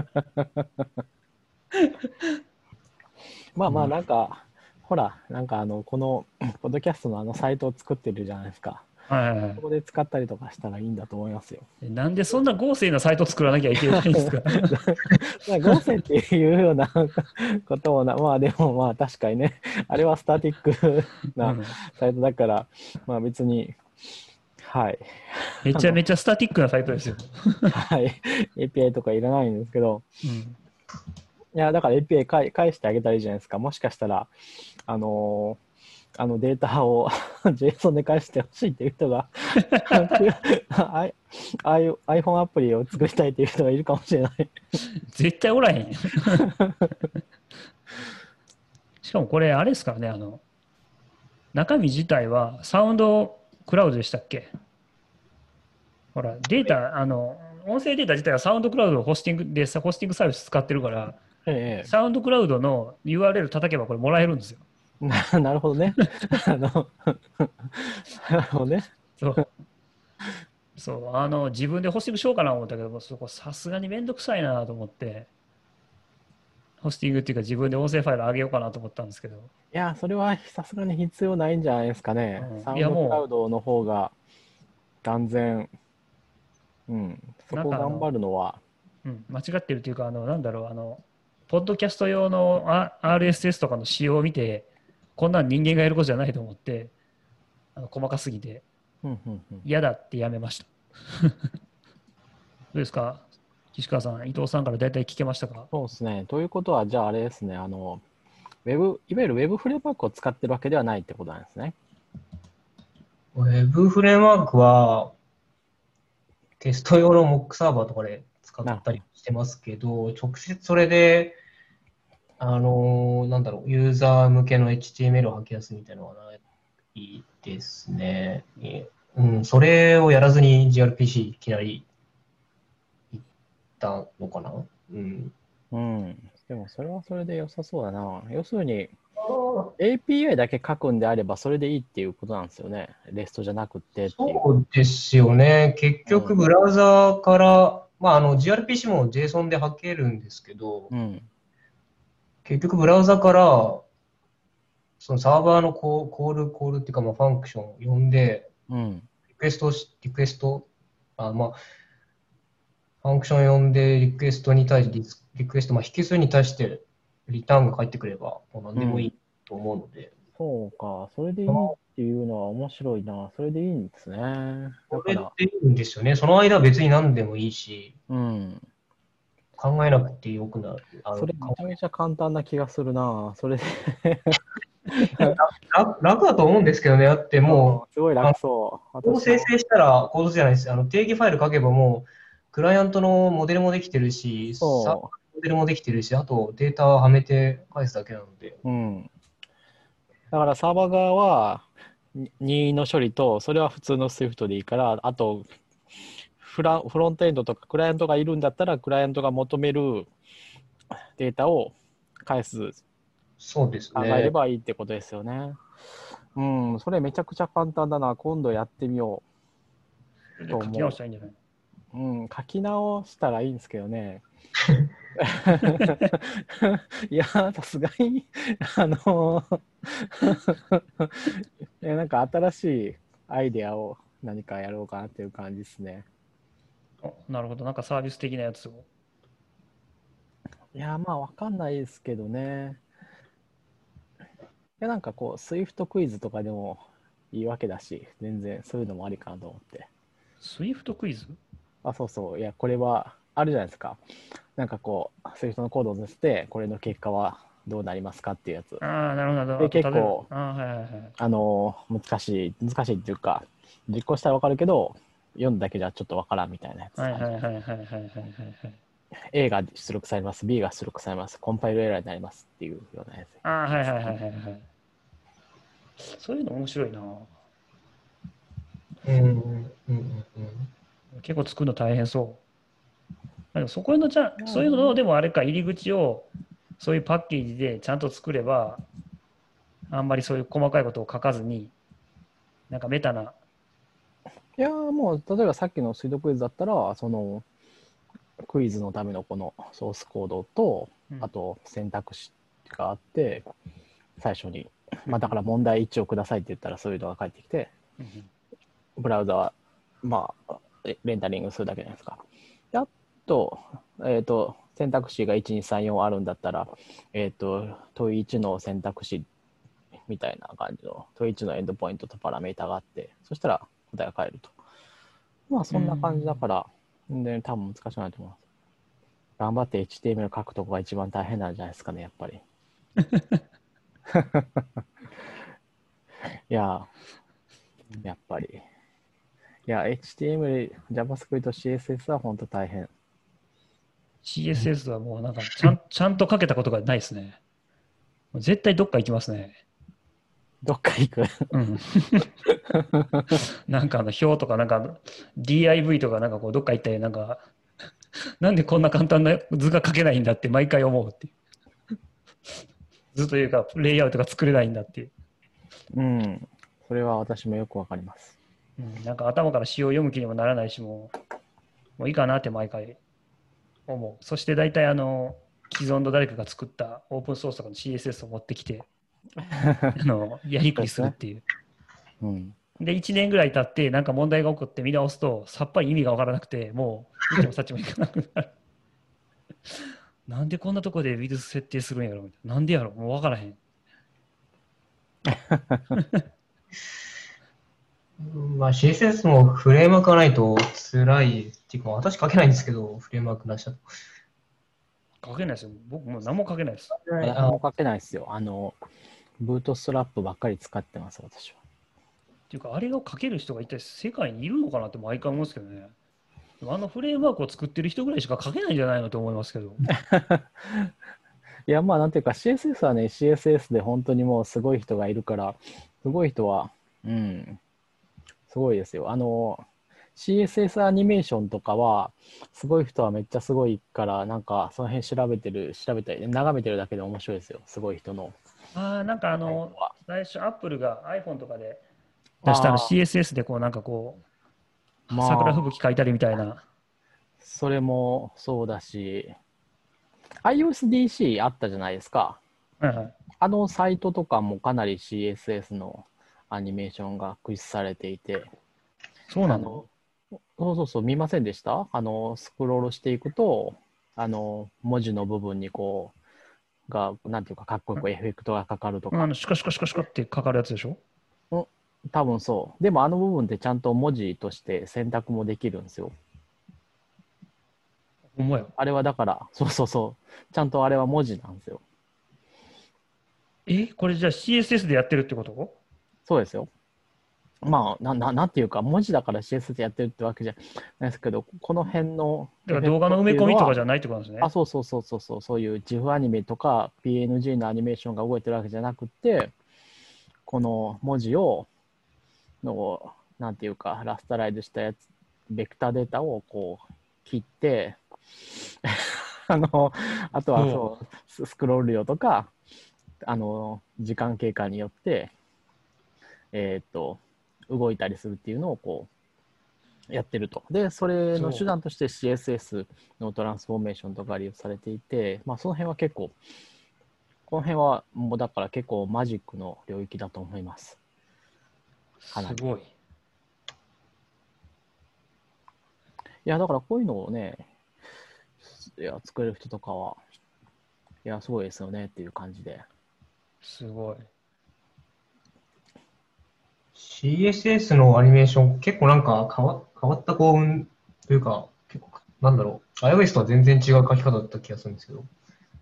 Speaker 2: まあまあ、
Speaker 1: うん、
Speaker 2: なんか、ほら、なんかあの、この、ポッドキャストのあのサイトを作ってるじゃないですか。
Speaker 1: はいはいは
Speaker 2: そこで使ったりとかしたらいいんだと思いますよ。
Speaker 1: い。なんでそんな豪勢なサイト作らなきゃいけないんですか？
Speaker 2: まあ、合成っていうようなこともな、まあでもまあ確かにね、あれはスタティックな
Speaker 1: うん、
Speaker 2: サイトだから、まあ別にはい。
Speaker 1: めちゃめちゃスタティックなサイトですよ。
Speaker 2: はい。エーピーアイ とかいらないんですけど、
Speaker 1: うん、
Speaker 2: いや、だから エーピーアイ 返返してあげたらいいじゃないですか。もしかしたら、あのーあのデータを JSON で返してほしいっていう人があいああいう iPhone アプリを作りたいっていう人がいるかもしれない。
Speaker 1: 絶対おらへん。しかもこれ、あれですからね、あの、中身自体はサウンドクラウドでしたっけ？ほら、データ、あの、音声データ自体はサウンドクラウドをホスティングで、ホスティングサービス使ってるから、
Speaker 2: え
Speaker 1: サウンドクラウドの ユーアールエル 叩けばこれもらえるんですよ。
Speaker 2: え、ななるほどね。あのなるほどね。
Speaker 1: そう。そう、あの、自分でホスティングしようかなと思ったけども、そこさすがにめんどくさいなと思って、ホスティングっていうか自分で音声ファイル上げようかなと思ったんですけど、
Speaker 2: いや、それはさすがに必要ないんじゃないですかね。
Speaker 1: うん、いや
Speaker 2: サウンドクラウ
Speaker 1: も
Speaker 2: ドの方が断然、うん、
Speaker 1: う、
Speaker 2: そこ頑張
Speaker 1: なんかあの、
Speaker 2: るのは、
Speaker 1: うん、間違ってるっていうか、あの、なんだろう、あの、ポッドキャスト用のあ アールエスエス とかの仕様を見て、こんなん人間がやることじゃないと思って、あの細かすぎて
Speaker 2: うんうんうん、
Speaker 1: 嫌だってやめました。どうですか、岸川さん、伊藤さんから大体聞けましたか？
Speaker 2: そうですね。ということは、じゃああれですね、あの、ウェブ、いわゆるウェブフレームワークを使ってるわけではないってことなんですね。
Speaker 3: ウェブフレームワークは、テスト用の モック サーバーとかで使ったりしてますけど、直接それで、あのーなんだろう、ユーザー向けの エイチティーエムエル を吐き出すみたいなのはないですね。えうん、それをやらずに ジーアールピーシー いきなり行ったのかな。うん。
Speaker 2: うん。でもそれはそれで良さそうだな。要するに、エーピーアイ だけ書くんであればそれでいいっていうことなんですよね。レストじゃなくてっていう。
Speaker 3: そうですよね。結局、ブラウザーから、まあ、あの ジーアールピーシー も JSON で吐けるんですけど、
Speaker 2: うん。
Speaker 3: 結局、ブラウザから、そのサーバーのコーコール、コールっていうか、まあ、ファンクションを呼んで、
Speaker 2: うん。
Speaker 3: リクエストをし、リクエスト、あ、まあ、ファンクションを呼んで、リクエストに対して、リスリクエスト、まあ、引数に対して、リターンが返ってくれば、もう何でもいいと思うので、
Speaker 2: そうか。それでいいっていうのは面白いな。それでいいんですね。だ
Speaker 3: これ
Speaker 2: から、
Speaker 3: でいいんですよね。その間は別に何でもいいし、
Speaker 2: うん。
Speaker 3: 考えなくてよくなる。あの、
Speaker 2: それめ
Speaker 3: 考
Speaker 2: ちゃめちゃ簡単な気がするな。それで
Speaker 3: 楽楽だと思うんですけどね。だっても
Speaker 2: すごい
Speaker 3: う、あの
Speaker 2: 楽そう。
Speaker 3: コード
Speaker 2: 私も。
Speaker 3: 生成したら、コードじゃないです。あの定義ファイル書けばもう、クライアントのモデルもできてるし、サーバーの
Speaker 2: そ
Speaker 3: モデルもできてるし、あとデータはめて返すだけなので。
Speaker 2: う。うん。だからサーバー側はに任意の処理と、それは普通の Swift でいいから、あとフラ、フロントエンドとかクライアントがいるんだったら、クライアントが求めるデータを返す、
Speaker 3: そうです
Speaker 2: 考えれ
Speaker 3: ね。
Speaker 2: ばいいってことですよね。うん、それめちゃくちゃ簡単だな。今度やってみようと
Speaker 1: 書き直
Speaker 2: 思
Speaker 1: したらいいんじゃない？
Speaker 2: う。うん、書き直したらいいんですけどね。いや、さすがに、あの、いやなんか新しいアイデアを何かやろうかなっていう感じですね。
Speaker 1: おなるほど、なんかサービス的なやつを。
Speaker 2: いや、まあ、わかんないですけどね。いや、なんかこう、スイフトクイズとかでもいいわけだし、全然そういうのもありかなと思って。
Speaker 1: スイフトクイズ？
Speaker 2: あ、そうそう。いや、これはあるじゃないですか。なんかこう、スイフトのコードを載せて、これの結果はどうなりますかっていうやつ。
Speaker 1: ああ、なるほど、なるほど。
Speaker 2: で、
Speaker 1: あと、例えば、
Speaker 2: 結構、
Speaker 1: ああ、はいはいはい。
Speaker 2: あのー難しい、難しいっていうか、実行したらわかるけど、読んだだけじゃちょっとわからんみたいなやつ
Speaker 1: はいはい
Speaker 2: あるじゃん。
Speaker 1: はいはいはいはいはいはい。
Speaker 2: A が出力されます、B が出力されます、コンパイルエラーになりますっていうようなやつ。
Speaker 1: ああ、はいはいはいはいはい。そういうの面白いな。
Speaker 3: うんうんうんうん
Speaker 1: 結構作るの大変そう。でもそこのちゃん、
Speaker 2: いや
Speaker 1: そういうのでもあれか、入り口をそういうパッケージでちゃんと作れば、あんまりそういう細かいことを書かずに、なんかメタな。
Speaker 2: いやもう、例えばさっきの水道クイズだったら、その、クイズのためのこのソースコードと、
Speaker 1: うん
Speaker 2: あと選択肢があって、最初に、まあだから問題いちをくださいって言ったらそういうのが返ってきて、
Speaker 1: うん
Speaker 2: ブラウザは、まあ、レンタリングするだけじゃないですか。であと、えっ、ー、と、選択肢がいち、に、さん、よんあるんだったら、えっ、ー、と、問いいちの選択肢みたいな感じの、問いいちのエンドポイントとパラメータがあって、そしたら答えが返ると。 まあそんな感じだから、で多分難しくないと思います。頑張って エイチティーエムエル 書くとこが一番大変なんじゃないですかね、やっぱり。いや、やっぱり。いや、エイチティーエムエル、JavaScript、シーエスエス は本当大変。
Speaker 1: シーエスエス はもうなんかちゃん、ちゃんと書けたことがないですね。絶対どっか行きますね。
Speaker 2: どっか行く。
Speaker 1: うん。なんかあの表とかなんか ディーアイブイ とかなんかこうどっか行ったりなんかなんでこんな簡単な図が書けないんだって毎回思うっていう。図というかレイアウトが作れないんだっていう。
Speaker 2: うん。それは私もよくわかります。
Speaker 1: うん、なんか頭から詩を読む気にもならないしもう、もういいかなって毎回思う。そして大体あの既存の誰かが作ったオープンソースとかの シーエスエス を持ってきてあのやりくりするっていう。
Speaker 2: うん。
Speaker 1: で、いちねんぐらい経って、なんか問題が起こって見直すと、さっぱり意味が分からなくて、もう見てもさっちもいかなくなる。なんでこんなとこでウィズ設定するんやろみたいな。なんでやろもう分からへん。
Speaker 3: まあ シーエスエス もフレームワークがないと辛いっていうか、私書けないんですけど、フレームワーク出したと。
Speaker 1: 書けないですよ。僕もう何も書けないです。
Speaker 2: 私も書けないですよ。あの、ブートストラップばっかり使ってます、私は。
Speaker 1: っていうか、あれを書ける人が一体世界にいるのかなって毎回思うんですけどね。あのフレームワークを作ってる人ぐらいしか書けないんじゃないのと思いますけど。
Speaker 2: いや、まあ、なんていうか シーエスエス はね、シーエスエス で本当にもうすごい人がいるから、すごい人は、うん、すごいですよ。あの、シーエスエス アニメーションとかは、すごい人はめっちゃすごいから、なんかその辺調べてる、調べたり、眺めてるだけで面白いですよ。すごい人の。
Speaker 1: ああ、なんかあの、
Speaker 2: は
Speaker 1: 最初、アップルが iPhone とかで出したの シーエスエス でこう、なんかこう、
Speaker 2: まあ
Speaker 1: 桜吹雪書いたりみたいな。
Speaker 2: それもそうだし、iOSDC あったじゃないですか。
Speaker 1: はいはい。
Speaker 2: あのサイトとかもかなり シーエスエス のアニメーションが駆使されていて、
Speaker 1: そうなの
Speaker 2: あのそうそうそう、見ませんでした？あの、スクロールしていくと、あの、文字の部分にこう、が、なんていうか、かっこよくエフェクトがかかるとか。
Speaker 1: あのシュカシュカシュカシュカってかかるやつでしょ？
Speaker 2: うん、多分そう。でもあの部分ってちゃんと文字として選択もできるんですよ。
Speaker 1: ほんまや。
Speaker 2: あれはだから、そうそうそう。ちゃんとあれは文字なんですよ。
Speaker 1: え、これじゃあ シーエスエス でやってるってこと？
Speaker 2: そうですよ。まあ、な、ななんていうか、文字だから シーエスエス でやってるってわけじゃないですけど、この辺の。
Speaker 1: だから動画の埋め込みとかじゃないってことなんですね。
Speaker 2: あ、そうそうそうそうそう、そういう ジフ アニメとか ピーエヌジー のアニメーションが動いてるわけじゃなくて、この文字を、の、なんていうか、ラスタライズしたやつ、ベクターデータをこう切って、あの、あとはそう、スクロール量とか、あの、時間経過によって、えっと、動いたりするっていうのをこう、やってると。で、それの手段として シーエスエス のトランスフォーメーションとか利用されていて、まあ、その辺は結構、この辺はもうだから結構マジックの領域だと思います。
Speaker 1: すごい。い
Speaker 2: や、だからこういうのをね、いや、作れる人とかは、いや、すごいですよねっていう感じで。
Speaker 1: すごい。
Speaker 3: シーエスエス のアニメーション、結構なんか変わ変わった構文というか、結構、なんだろう、iOS とは全然違う書き方だった気がするんですけど。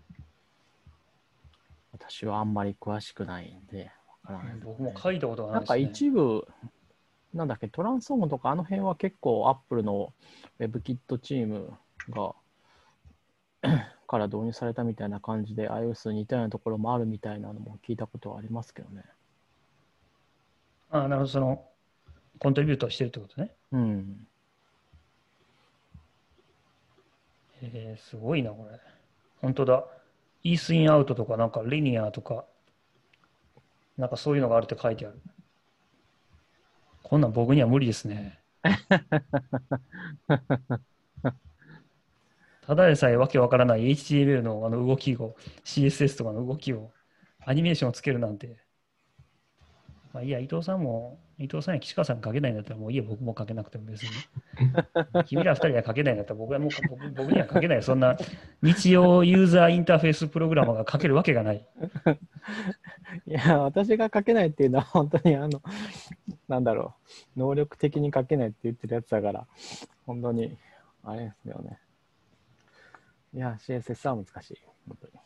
Speaker 2: 私はあんまり詳しくないんで、わからない、ね。
Speaker 1: 僕も書いたことがな
Speaker 2: ないんか
Speaker 1: ですね。
Speaker 2: 一部、なんだっけ、トランスフォームとかあの辺は結構 Apple の WebKit チームがから導入されたみたいな感じで iOS に似たようなところもあるみたいなのも聞いたことはありますけどね。
Speaker 1: ああ、なるほど、その、コントリビュートしてるってことね。
Speaker 2: うん。
Speaker 1: えー、すごいな、これ。本当だ。イースインアウトとか、なんかリニアとか、なんかそういうのがあるって書いてある。こんなん僕には無理ですね。ただでさえわけわからない エイチティーエムエル のあの動きを、シーエスエス とかの動きを、アニメーションをつけるなんて。まあいいや、伊藤さんも、伊藤さんや岸川さん書けないんだったらもういいや、僕も書けなくても別に。君ら二人は書けないんだったら僕はもう僕僕には書けない。そんな日曜ユーザーインターフェースプログラマーが書けるわけがない。
Speaker 2: いや、私が書けないっていうのは本当にあの、 なんだろう、能力的に書けないって言ってるやつだから、本当に、あれですよね。いや、シーエスエス は難しい。本当に。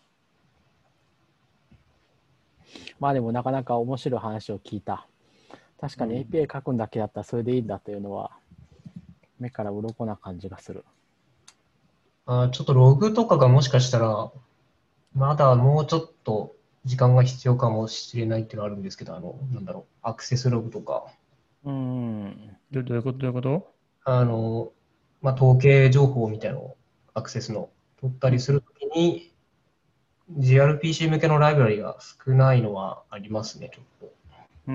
Speaker 2: まあでもなかなか面白い話を聞いた。確かに エーピーアイ 書くんだけだったらそれでいいんだというのは、目から鱗な感じがする。
Speaker 3: あー、ちょっとログとかがもしかしたら、まだもうちょっと時間が必要かもしれないっていうのはあるんですけど、あの、なんだろう、アクセスログとか、
Speaker 2: うん。
Speaker 1: どどういうことどういうこと
Speaker 3: あの、まあ、統計情報みたいなのをアクセスの取ったりするときに、ジーアールピーシー 向けのライブラリが少ないのはありますね、ちょっと。
Speaker 2: うん。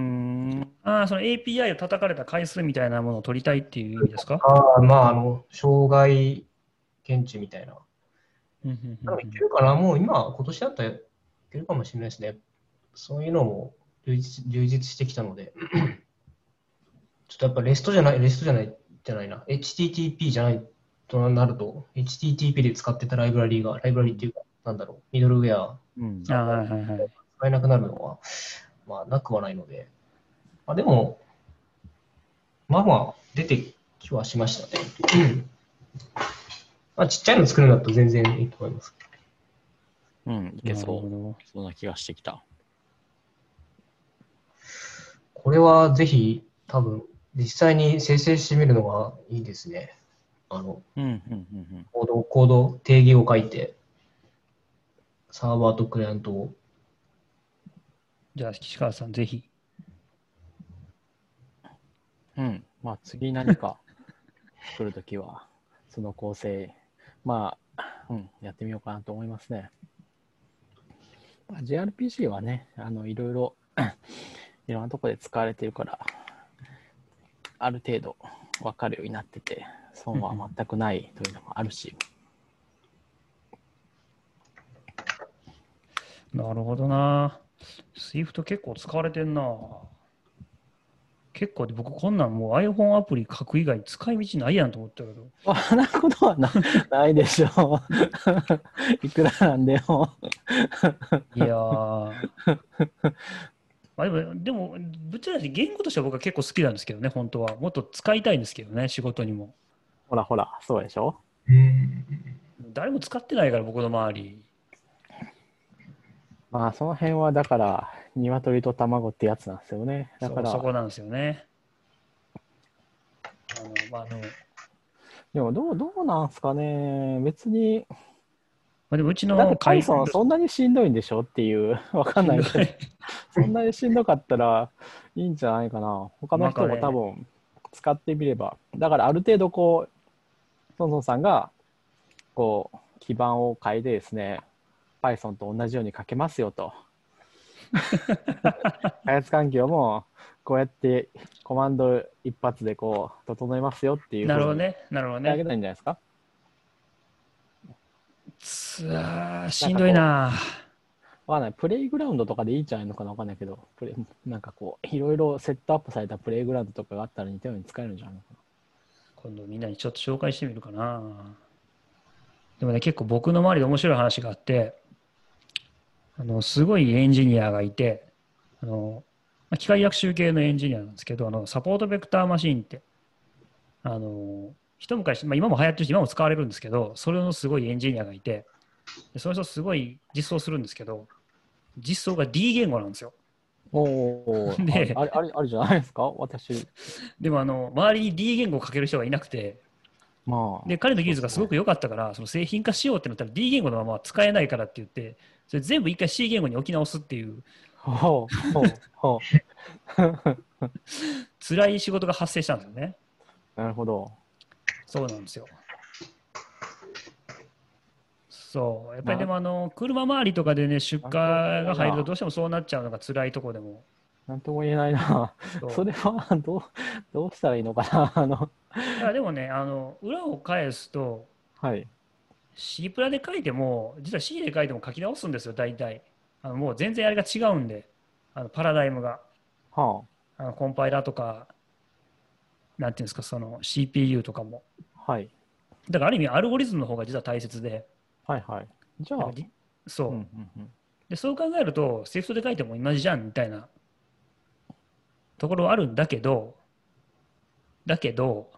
Speaker 1: ああ、その エーピーアイ を叩かれた回数みたいなものを取りたいっていう意味ですか？
Speaker 3: ああ、まあ、あの、障害検知みたいな。
Speaker 1: うんうんうん
Speaker 3: 多分いけるかな、もう今、今年だったらいけるかもしれないですね。そういうのも充実、充実してきたので、ちょっとやっぱレストじゃない、レストじゃない、じゃないな、エイチティーティーピー じゃないとなると、エイチティーティーピー で使ってたライブラリが、ライブラリっていうか、なんだろう、ミドルウェア
Speaker 2: うん。
Speaker 1: ああ、はいはいはい。
Speaker 3: 使えなくなるのは、まあ、なくはないので、まあ、でも、まあまあ、出てきはしましたね。まあ、ちっちゃいの作るんだと全然いいと思います。
Speaker 2: うん。いけ
Speaker 1: なる
Speaker 2: そう。
Speaker 1: ほど。
Speaker 2: そんな気がしてきた。
Speaker 3: これはぜひ、多分、実際に生成してみるのがいいですね。あの、
Speaker 2: うん。うん。うん。
Speaker 3: コード、コード、定義を書いて、サーバーとクライアントを。
Speaker 1: じゃあ、岸川さん、ぜひ。
Speaker 2: うん。まあ次何か作るときは、その構成、まあ、うん、やってみようかなと思いますね。まあ ジェーアールピーシー はね、あの、いろいろ、いろんなところで使われているから、ある程度分かるようになってて、損は全くないというのもあるし。
Speaker 1: なるほどな。Swift 結構使われてんな。結構で僕こんなんもう iPhone アプリ書く以外使い道ないやんと思ったけど。
Speaker 2: そんなことはなないでしょう。いくらなんでも。
Speaker 1: いやー。まあ、でも、でもぶっちゃけ言語としては僕は結構好きなんですけどね、本当は。もっと使いたいんですけどね、仕事にも。
Speaker 2: ほらほら、そうでしょ。
Speaker 1: 誰も使ってないから、僕の周り。
Speaker 2: まあその辺はだから、鶏と卵ってやつなんですよね。だから、
Speaker 1: そうそこなんですよね。あの、まあ、あの、
Speaker 2: でもどう、どうなんすかね。別に、
Speaker 1: まあ、でもうち
Speaker 2: だって
Speaker 1: の会
Speaker 2: Python そんなにしんどいんでしょっていう、わかんないけど、そんなにしんどかったらいいんじゃないかな。他の人も多分使ってみれば。だからある程度こう、ソンソンさんが、こう、基盤を変えてですね、Python と同じように書けますよと。開発環境も、こうやってコマンド一発でこう、整えますよっていうふうに
Speaker 1: なるほどね。なるほど
Speaker 2: してあげ
Speaker 1: ね。
Speaker 2: たいんじゃないですか。
Speaker 1: つあーしんどいな。
Speaker 2: わかんない。プレイグラウンドとかでいいんじゃないのかなわかんないけど、プレイなんかこう、いろいろセットアップされたプレイグラウンドとかがあったら似たように使えるんじゃないのかな。
Speaker 1: 今度みんなにちょっと紹介してみるかな。でもね、結構僕の周りで面白い話があって、あの、すごいエンジニアがいて、あの、まあ機械学習系のエンジニアなんですけど、あの、サポートベクターマシンって、あの、一昔、まあ、今も流行ってるし、今も使われるんですけど、それのすごいエンジニアがいて、でその人すごい実装するんですけど、実装が D 言語なんですよ。
Speaker 2: おお、
Speaker 1: で
Speaker 2: あれ、あれ、あれじゃないですか私。
Speaker 1: でもあの、周りに D 言語をかける人がいなくて、
Speaker 2: まあ。
Speaker 1: で、彼の技術がすご
Speaker 2: く。
Speaker 1: く良かったから、その製品化しようってなったら D 言語のまま使えないからって言って、それ全部一回 C 言語に置き直すっていう、
Speaker 2: ほう、ほう、ほう。
Speaker 1: 辛い仕事が発生したんですよね。
Speaker 2: なるほど。
Speaker 1: そうなんですよ。そう。やっぱりでもあの、車周りとかでね、出荷が入るとどうしてもそうなっちゃうのが辛いところでも。
Speaker 2: なんとも言えないな。
Speaker 1: そう
Speaker 2: それはどう、どうしたらいいのかな。あの、
Speaker 1: いやでもね、あの、裏を返すと、
Speaker 2: はい。
Speaker 1: C プラで書いても、実は C で書いても書き直すんですよ、大体。あのもう全然あれが違うんで、あのパラダイムが。
Speaker 2: は
Speaker 1: あのコンパイラーとか、なんていうんですか、その シーピーユー とかも。
Speaker 2: あ、はい。
Speaker 1: だからある意味、アルゴリズムの方が実は大切で、
Speaker 2: はい、はい。じゃあ、
Speaker 1: なんかじそう、
Speaker 2: うん、うん、うん。
Speaker 1: で。そう考えると、Swift で書いても同じじゃんみたいなところはあるんだけど、だけど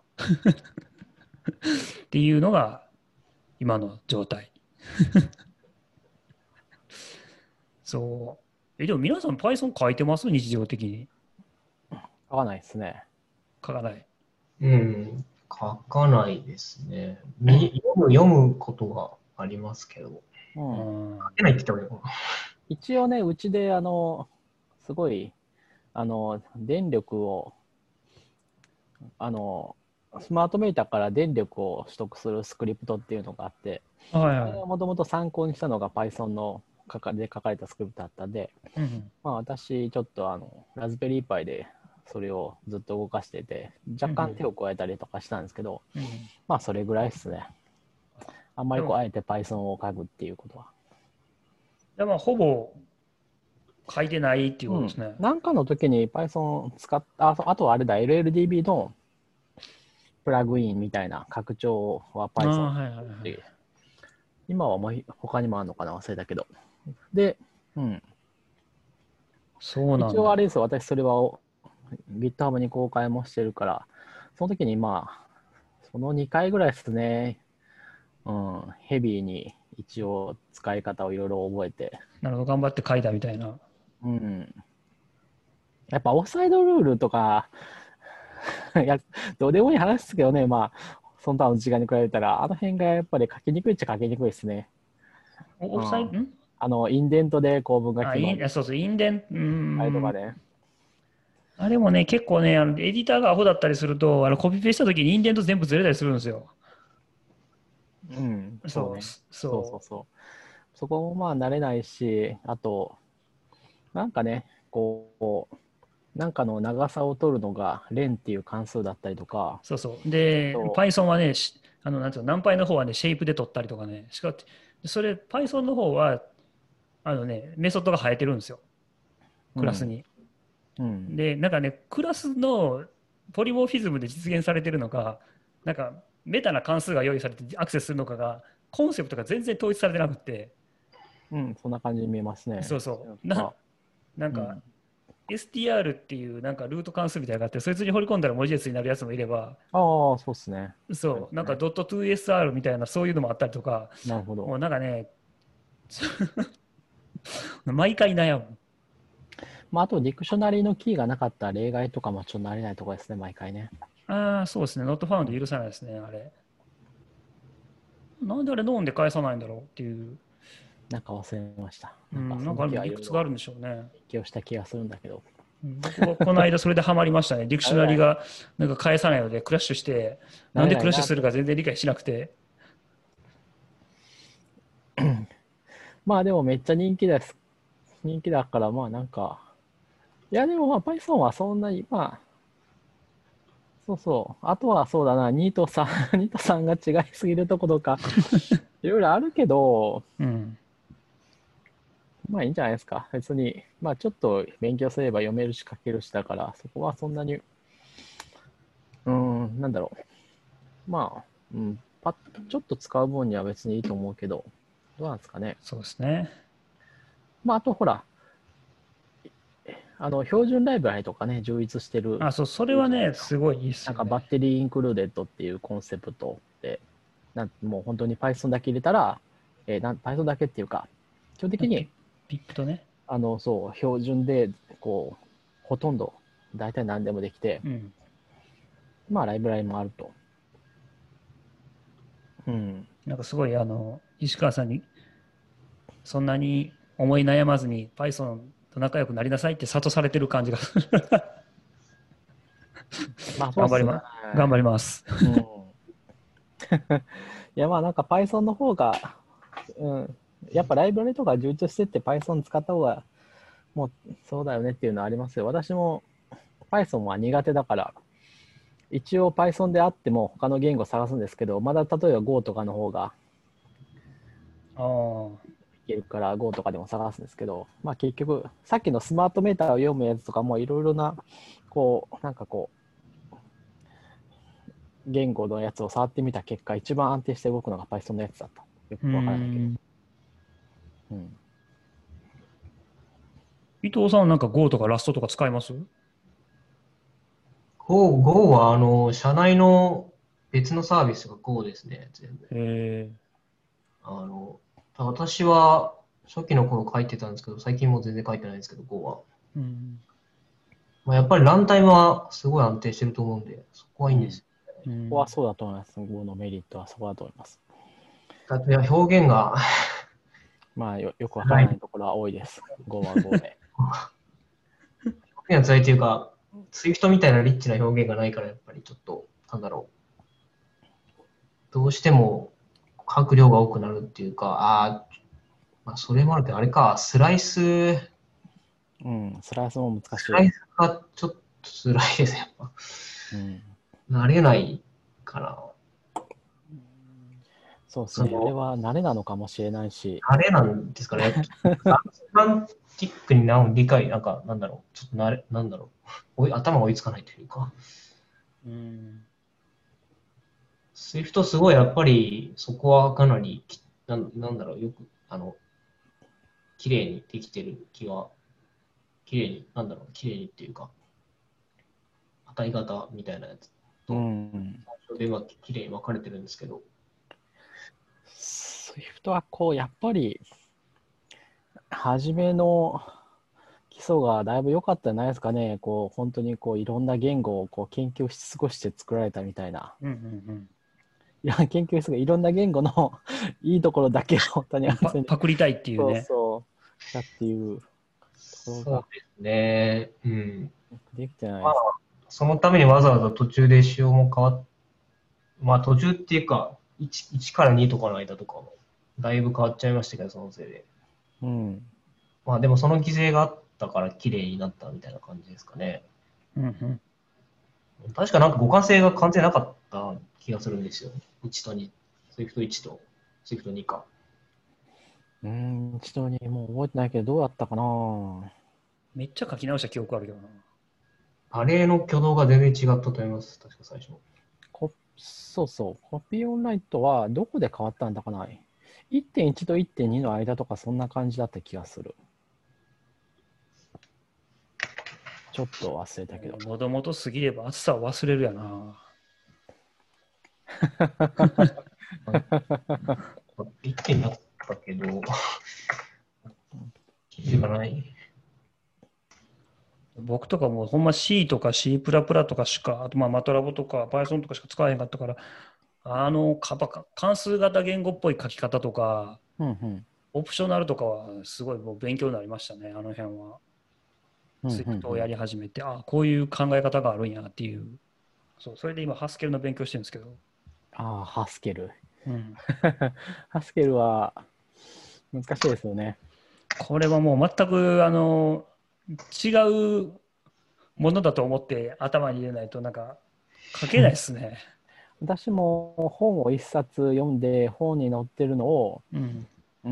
Speaker 1: っていうのが今の状態。そう。え、でも皆さん Python 書いてます日常的に。
Speaker 2: 書かないですね。
Speaker 1: 書かない。
Speaker 3: うん、書かないですね。み読む、読むことがありますけど、
Speaker 2: う。
Speaker 1: うんん。
Speaker 3: 書けないって言った方がいいのか
Speaker 2: 一応ね、うちで、あの、すごい、あの、電力を、あの、スマートメーターから電力を取得するスクリプトっていうのがあって、
Speaker 1: はいはい。
Speaker 2: あれはもともと参考にしたのが Python の書かで書かれたスクリプトだったんで、
Speaker 1: うん
Speaker 2: まあ、私、ちょっとあのラズベリーパイでそれをずっと動かしてて、若干手を加えたりとかしたんですけど、
Speaker 1: うん。
Speaker 2: まあ、それぐらいですね。あんまりこう
Speaker 1: でも
Speaker 2: あえて Python を書くっていうことは。
Speaker 1: でもほぼ書いてないっていう
Speaker 2: うん。
Speaker 1: ことですね。
Speaker 2: なんかの時に Python 使った、あとあとはあれだ、エルエルディービー のプラグインみたいな拡張は
Speaker 1: ああ、
Speaker 2: Python
Speaker 1: はいはいはい。
Speaker 2: で、今はもう他にもあるのかな忘れたけど。で、うん。
Speaker 1: そうなんだ。
Speaker 2: 一応あれですよ、私それは GitHub に公開もしてるから、その時にまあ、そのにかいぐらいですね、うん、ヘビーに一応使い方をいろいろ覚えて、
Speaker 1: なるほど、頑張って書いたみたいな。
Speaker 2: うん。やっぱオフサイドルールとか、いや、どうでもいい話ですけどね、まあ、その他の時間に比べたら、あの辺がやっぱり書きにくいっちゃ書きにくいですね。
Speaker 1: おオ
Speaker 2: うん。
Speaker 1: フサイド、ん
Speaker 2: あの、インデントで構文が
Speaker 1: あ、
Speaker 2: 決まる。
Speaker 1: イン、そうそう、インデン、うー
Speaker 2: あれとか
Speaker 1: ん。
Speaker 2: ね。
Speaker 1: あれもね、結構ね、あのエディターがアホだったりすると、あのコピペしたときにインデント全部ずれたりするんですよ。
Speaker 2: うん、そう
Speaker 1: そう、
Speaker 2: ね。
Speaker 1: そ
Speaker 2: そうそう
Speaker 1: そ
Speaker 2: そう。そこもまあ慣れないし、あと、なんかね、こう、なんかの長さを取るのがlenっていう関数だったりとか、
Speaker 1: う、そうそう。で、
Speaker 2: そ
Speaker 1: Python はね、しあの、なんていうの、NumPy の方はね、シェイプで取ったりとかね、しかそれ、Python の方は、あのね、メソッドが生えてるんですよ、
Speaker 2: う、うん、
Speaker 1: クラスに。
Speaker 2: うん、
Speaker 1: で、なんかね、クラスのポリモーフィズムで実現されてるのか、なんか、メタな関数が用意されてアクセスするのかが、コンセプトが全然統一されてなくて、
Speaker 2: うん、そんな感じに見えますね。
Speaker 1: そうそ
Speaker 2: そういうの
Speaker 1: う。な、
Speaker 2: とか、
Speaker 1: なんか、
Speaker 2: うん、
Speaker 1: エスティーアール っていうなんかルート関数みたいなのがあって、そいつに掘り込んだら文字列になるやつもいれば、
Speaker 2: ああ、そうっすね。あり
Speaker 1: そう、なんか
Speaker 2: ますね。
Speaker 1: ドット トゥーエスアール みたいなそういうのもあったりとか、
Speaker 2: なるほど。
Speaker 1: もうなんかね、毎回悩む。
Speaker 2: まあ、あと、ディクショナリーのキーがなかった例外とかもちょっと慣れないところですね、毎回ね。
Speaker 1: ああ、そうですね、ノットファウン
Speaker 2: うん、
Speaker 1: ド許さないですね、あれ。なんであれノーンで返さないんだろうっていう、
Speaker 2: なんか忘れました。なんか、
Speaker 1: うん、
Speaker 2: その時
Speaker 1: なんかある理
Speaker 2: はいろいろ
Speaker 1: 屈があるんでしょうね。
Speaker 2: 勉強した気がするんだけど。
Speaker 1: うん僕はこの間それでハマりましたね。ディクシ
Speaker 2: 慣れない。
Speaker 1: ョナリがなんか返さないのでクラッシュして、なんでクラッシュ
Speaker 2: 慣れないな。
Speaker 1: するか全然理解しなくて。
Speaker 2: まあ、でもめっちゃ人気です。人気だから、まあ、なんか、いや、でもまあ、Python はそんなに、まあ、そうそう。あとはそうだな、にとさん、にとさんが違いすぎるとことか、いろいろあるけど、
Speaker 1: うん。
Speaker 2: まあいいんじゃないですか。別に、まあちょっと勉強すれば読めるし書けるしだから、そこはそんなに、うーん、なんだろう。まあ、うん、パッ、ちょっと使う分には別にいいと思うけど、どうなんですかね。
Speaker 1: そうですね。
Speaker 2: まああとほら、あの、標準ライブラリとかね、充実してる、
Speaker 1: あ、そう、それ
Speaker 2: いい
Speaker 1: はね、
Speaker 2: じゃないですか。
Speaker 1: すごいいいっす
Speaker 2: なんかバッ
Speaker 1: よね。
Speaker 2: テリーインクルーデッドっていうコンセプトで、なんもう本当に Python だけ入れたら、えーなん Python だけっていうか、基本的に、
Speaker 1: ピピップとね。
Speaker 2: あの、そう、標準で、こう、ほとんど、大体何でもできて、
Speaker 1: うん。
Speaker 2: まあ、ライブラリもあると。うん。
Speaker 1: なんかすごい、あの、石川さんにそんなに思い悩まずに Python と仲良くなりなさいって諭されてる感じがする。
Speaker 2: まあ、そうっすね。
Speaker 1: 頑張りま、頑張ります。
Speaker 2: うん。いや、まあ、なんか Python の方が、うん、やっぱライブラリとか充実してって Python 使った方が、もうそうだよねっていうのはありますよ。私も Python は苦手だから、一応 Python であっても他の言語探すんですけど、まだ例えば Go とかの方が
Speaker 1: ああ、
Speaker 2: いけるから Go とかでも探すんですけど、まあ結局、さっきのスマートメーターを読むやつとかもいろいろな、こう、なんかこう、言語のやつを触ってみた結果、一番安定して動くのが Python のやつだった。よ
Speaker 1: う
Speaker 2: くわからないけど。
Speaker 1: ん。
Speaker 2: うん。
Speaker 1: 伊藤さんなんか Go とか Rust とか使います？
Speaker 3: Go、Go は、あの、社内の別のサービスが Go ですね、全部。
Speaker 1: へえ。
Speaker 3: あの、私は初期の頃書いてたんですけど、最近もう全然書いてないんですけど、Go は。
Speaker 1: うん。
Speaker 3: まあ、やっぱりランタイムはすごい安定してると思うんで、そこはいいんですよ。
Speaker 1: うん
Speaker 2: ここはそうだと思います。Go のメリットはそこだと思います。
Speaker 3: だっていや表現が
Speaker 2: まあよ、よくわから
Speaker 3: 辛い。
Speaker 2: ないところは多いです。Go は Go で。
Speaker 3: 表現が辛いというか、Swift みたいなリッチな表現がないから、やっぱりちょっと、なんだろう。どうしても書く量が多くなるっていうか、ああ、まあ、それもあるけど、あれか、スライス、
Speaker 2: うん、スライスも難しい。
Speaker 3: スライスがちょっと辛いですね、やっぱ。
Speaker 2: うん、
Speaker 3: 慣れないかな。
Speaker 2: そうですね。あれ
Speaker 3: その、
Speaker 2: は慣れなのかもしれないし、
Speaker 3: あれなんですかね。セマンティックになお理解、なんか、なんだろう。ちょっとなれ、なんだろう。おい頭が追いつかないというか。
Speaker 1: うん。
Speaker 3: Swift すごいやっぱり、そこはかなりき、なん、なんだろう。よく、あの、綺麗にできてる気が、綺麗に、なんだろう。綺麗にっていうか、与え方みたいなやつ
Speaker 2: う
Speaker 3: と、
Speaker 2: ん、
Speaker 3: 最初では綺麗に分かれてるんですけど、
Speaker 2: Swift はこう、やっぱり、初めの基礎がだいぶ良かったんじゃないですかね。こう、本当にこう、いろんな言語をこう研究し尽くして作られたみたいな。
Speaker 1: うんうん
Speaker 2: いや、研究室がいろんな言語のいいところだけを本当に
Speaker 1: うん。パ、
Speaker 2: 集めて、
Speaker 1: パクりたいっていう
Speaker 2: そう
Speaker 1: ね。
Speaker 2: そう、だっていうところが
Speaker 3: そうですね。うん。
Speaker 2: できてない
Speaker 3: まあ、
Speaker 2: です。
Speaker 3: そのためにわざわざ途中で仕様も変わっ、まあ途中っていうか、いち、いちからにとかの間とかも、だいぶ変わっちゃいましたけど、そのせいで。
Speaker 2: うん。
Speaker 3: まあでもその犠牲があったから綺麗になったみたいな感じですかね。
Speaker 1: うんうん。
Speaker 3: 確かなんか互換性が完全なかった気がするんですよ。いちとに。Swift いちと Swift にか。
Speaker 2: うん、一度にもう覚えてないけど、どうだったかな。
Speaker 1: めっちゃ書き直した記憶あるけどな。
Speaker 3: あれの挙動が全然違ったと思います。確か最初。
Speaker 2: コそうそう、コピーオンライトはどこで変わったんだかな。いってんいちといってんにの間とかそんな感じだった気がする。ちょっと忘れたけど。
Speaker 1: 喉元過ぎれば暑さを忘れるやな。
Speaker 3: いってんだったけど、記事がない。
Speaker 1: 僕とかもうほんま C とか C++ とかしか、あとまあマトラボとか Python とかしか使わへんかったから、あのカパカ関数型言語っぽい書き方とか、
Speaker 2: うんうん
Speaker 1: オプショナルとかはすごいもう勉強になりましたね、あの辺は。
Speaker 2: うんうん
Speaker 1: スイフトを
Speaker 2: うん。
Speaker 1: やり始めて、ああ、こういう考え方があるんやっていう。そう、それで今ハスケルの勉強してるんですけど。
Speaker 2: ああ、ハスケル。
Speaker 1: うん、
Speaker 2: ハスケルは難しいですよね。
Speaker 1: これはもう全くあの違うものだと思って頭に入れないとなんか書けないですね。
Speaker 2: 私も本を一冊読んで本に載ってるのを、
Speaker 1: うん、
Speaker 2: うん、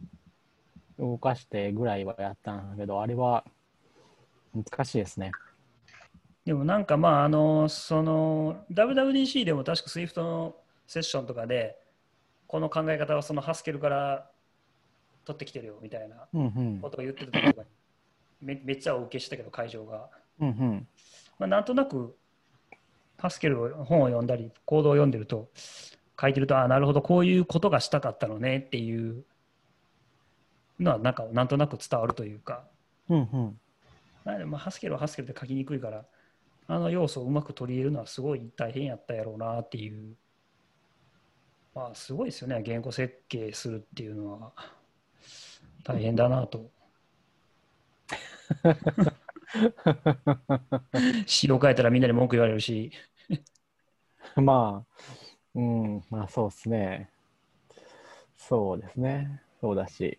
Speaker 2: 動かしてぐらいはやったんだけど、あれは難しいですね。
Speaker 1: でもなんかまああのその ダブリューダブリューディーシー でも確か Swift のセッションとかでこの考え方はそのハスケルから取ってきてるよみたいな
Speaker 2: うんうん
Speaker 1: ことを言ってた時とかにめめっちゃお受けしたけど会場が、
Speaker 2: うんうん
Speaker 1: まあ、なんとなくハスケルを本を読んだりコードを読んでると書いてるとああなるほどこういうことがしたかったのねっていうのはなんかなんとなく伝わるというか、
Speaker 2: うんうん
Speaker 1: まあ、でもハスケルはハスケルで書きにくいからあの要素をうまく取り入れるのはすごい大変やったやろうなっていう、まあすごいですよね、言語設計するっていうのは大変だなと。詩を書いたらみんなに文句言われるし。
Speaker 2: まあ、うん、まあそうですね。そうですね。そうだし、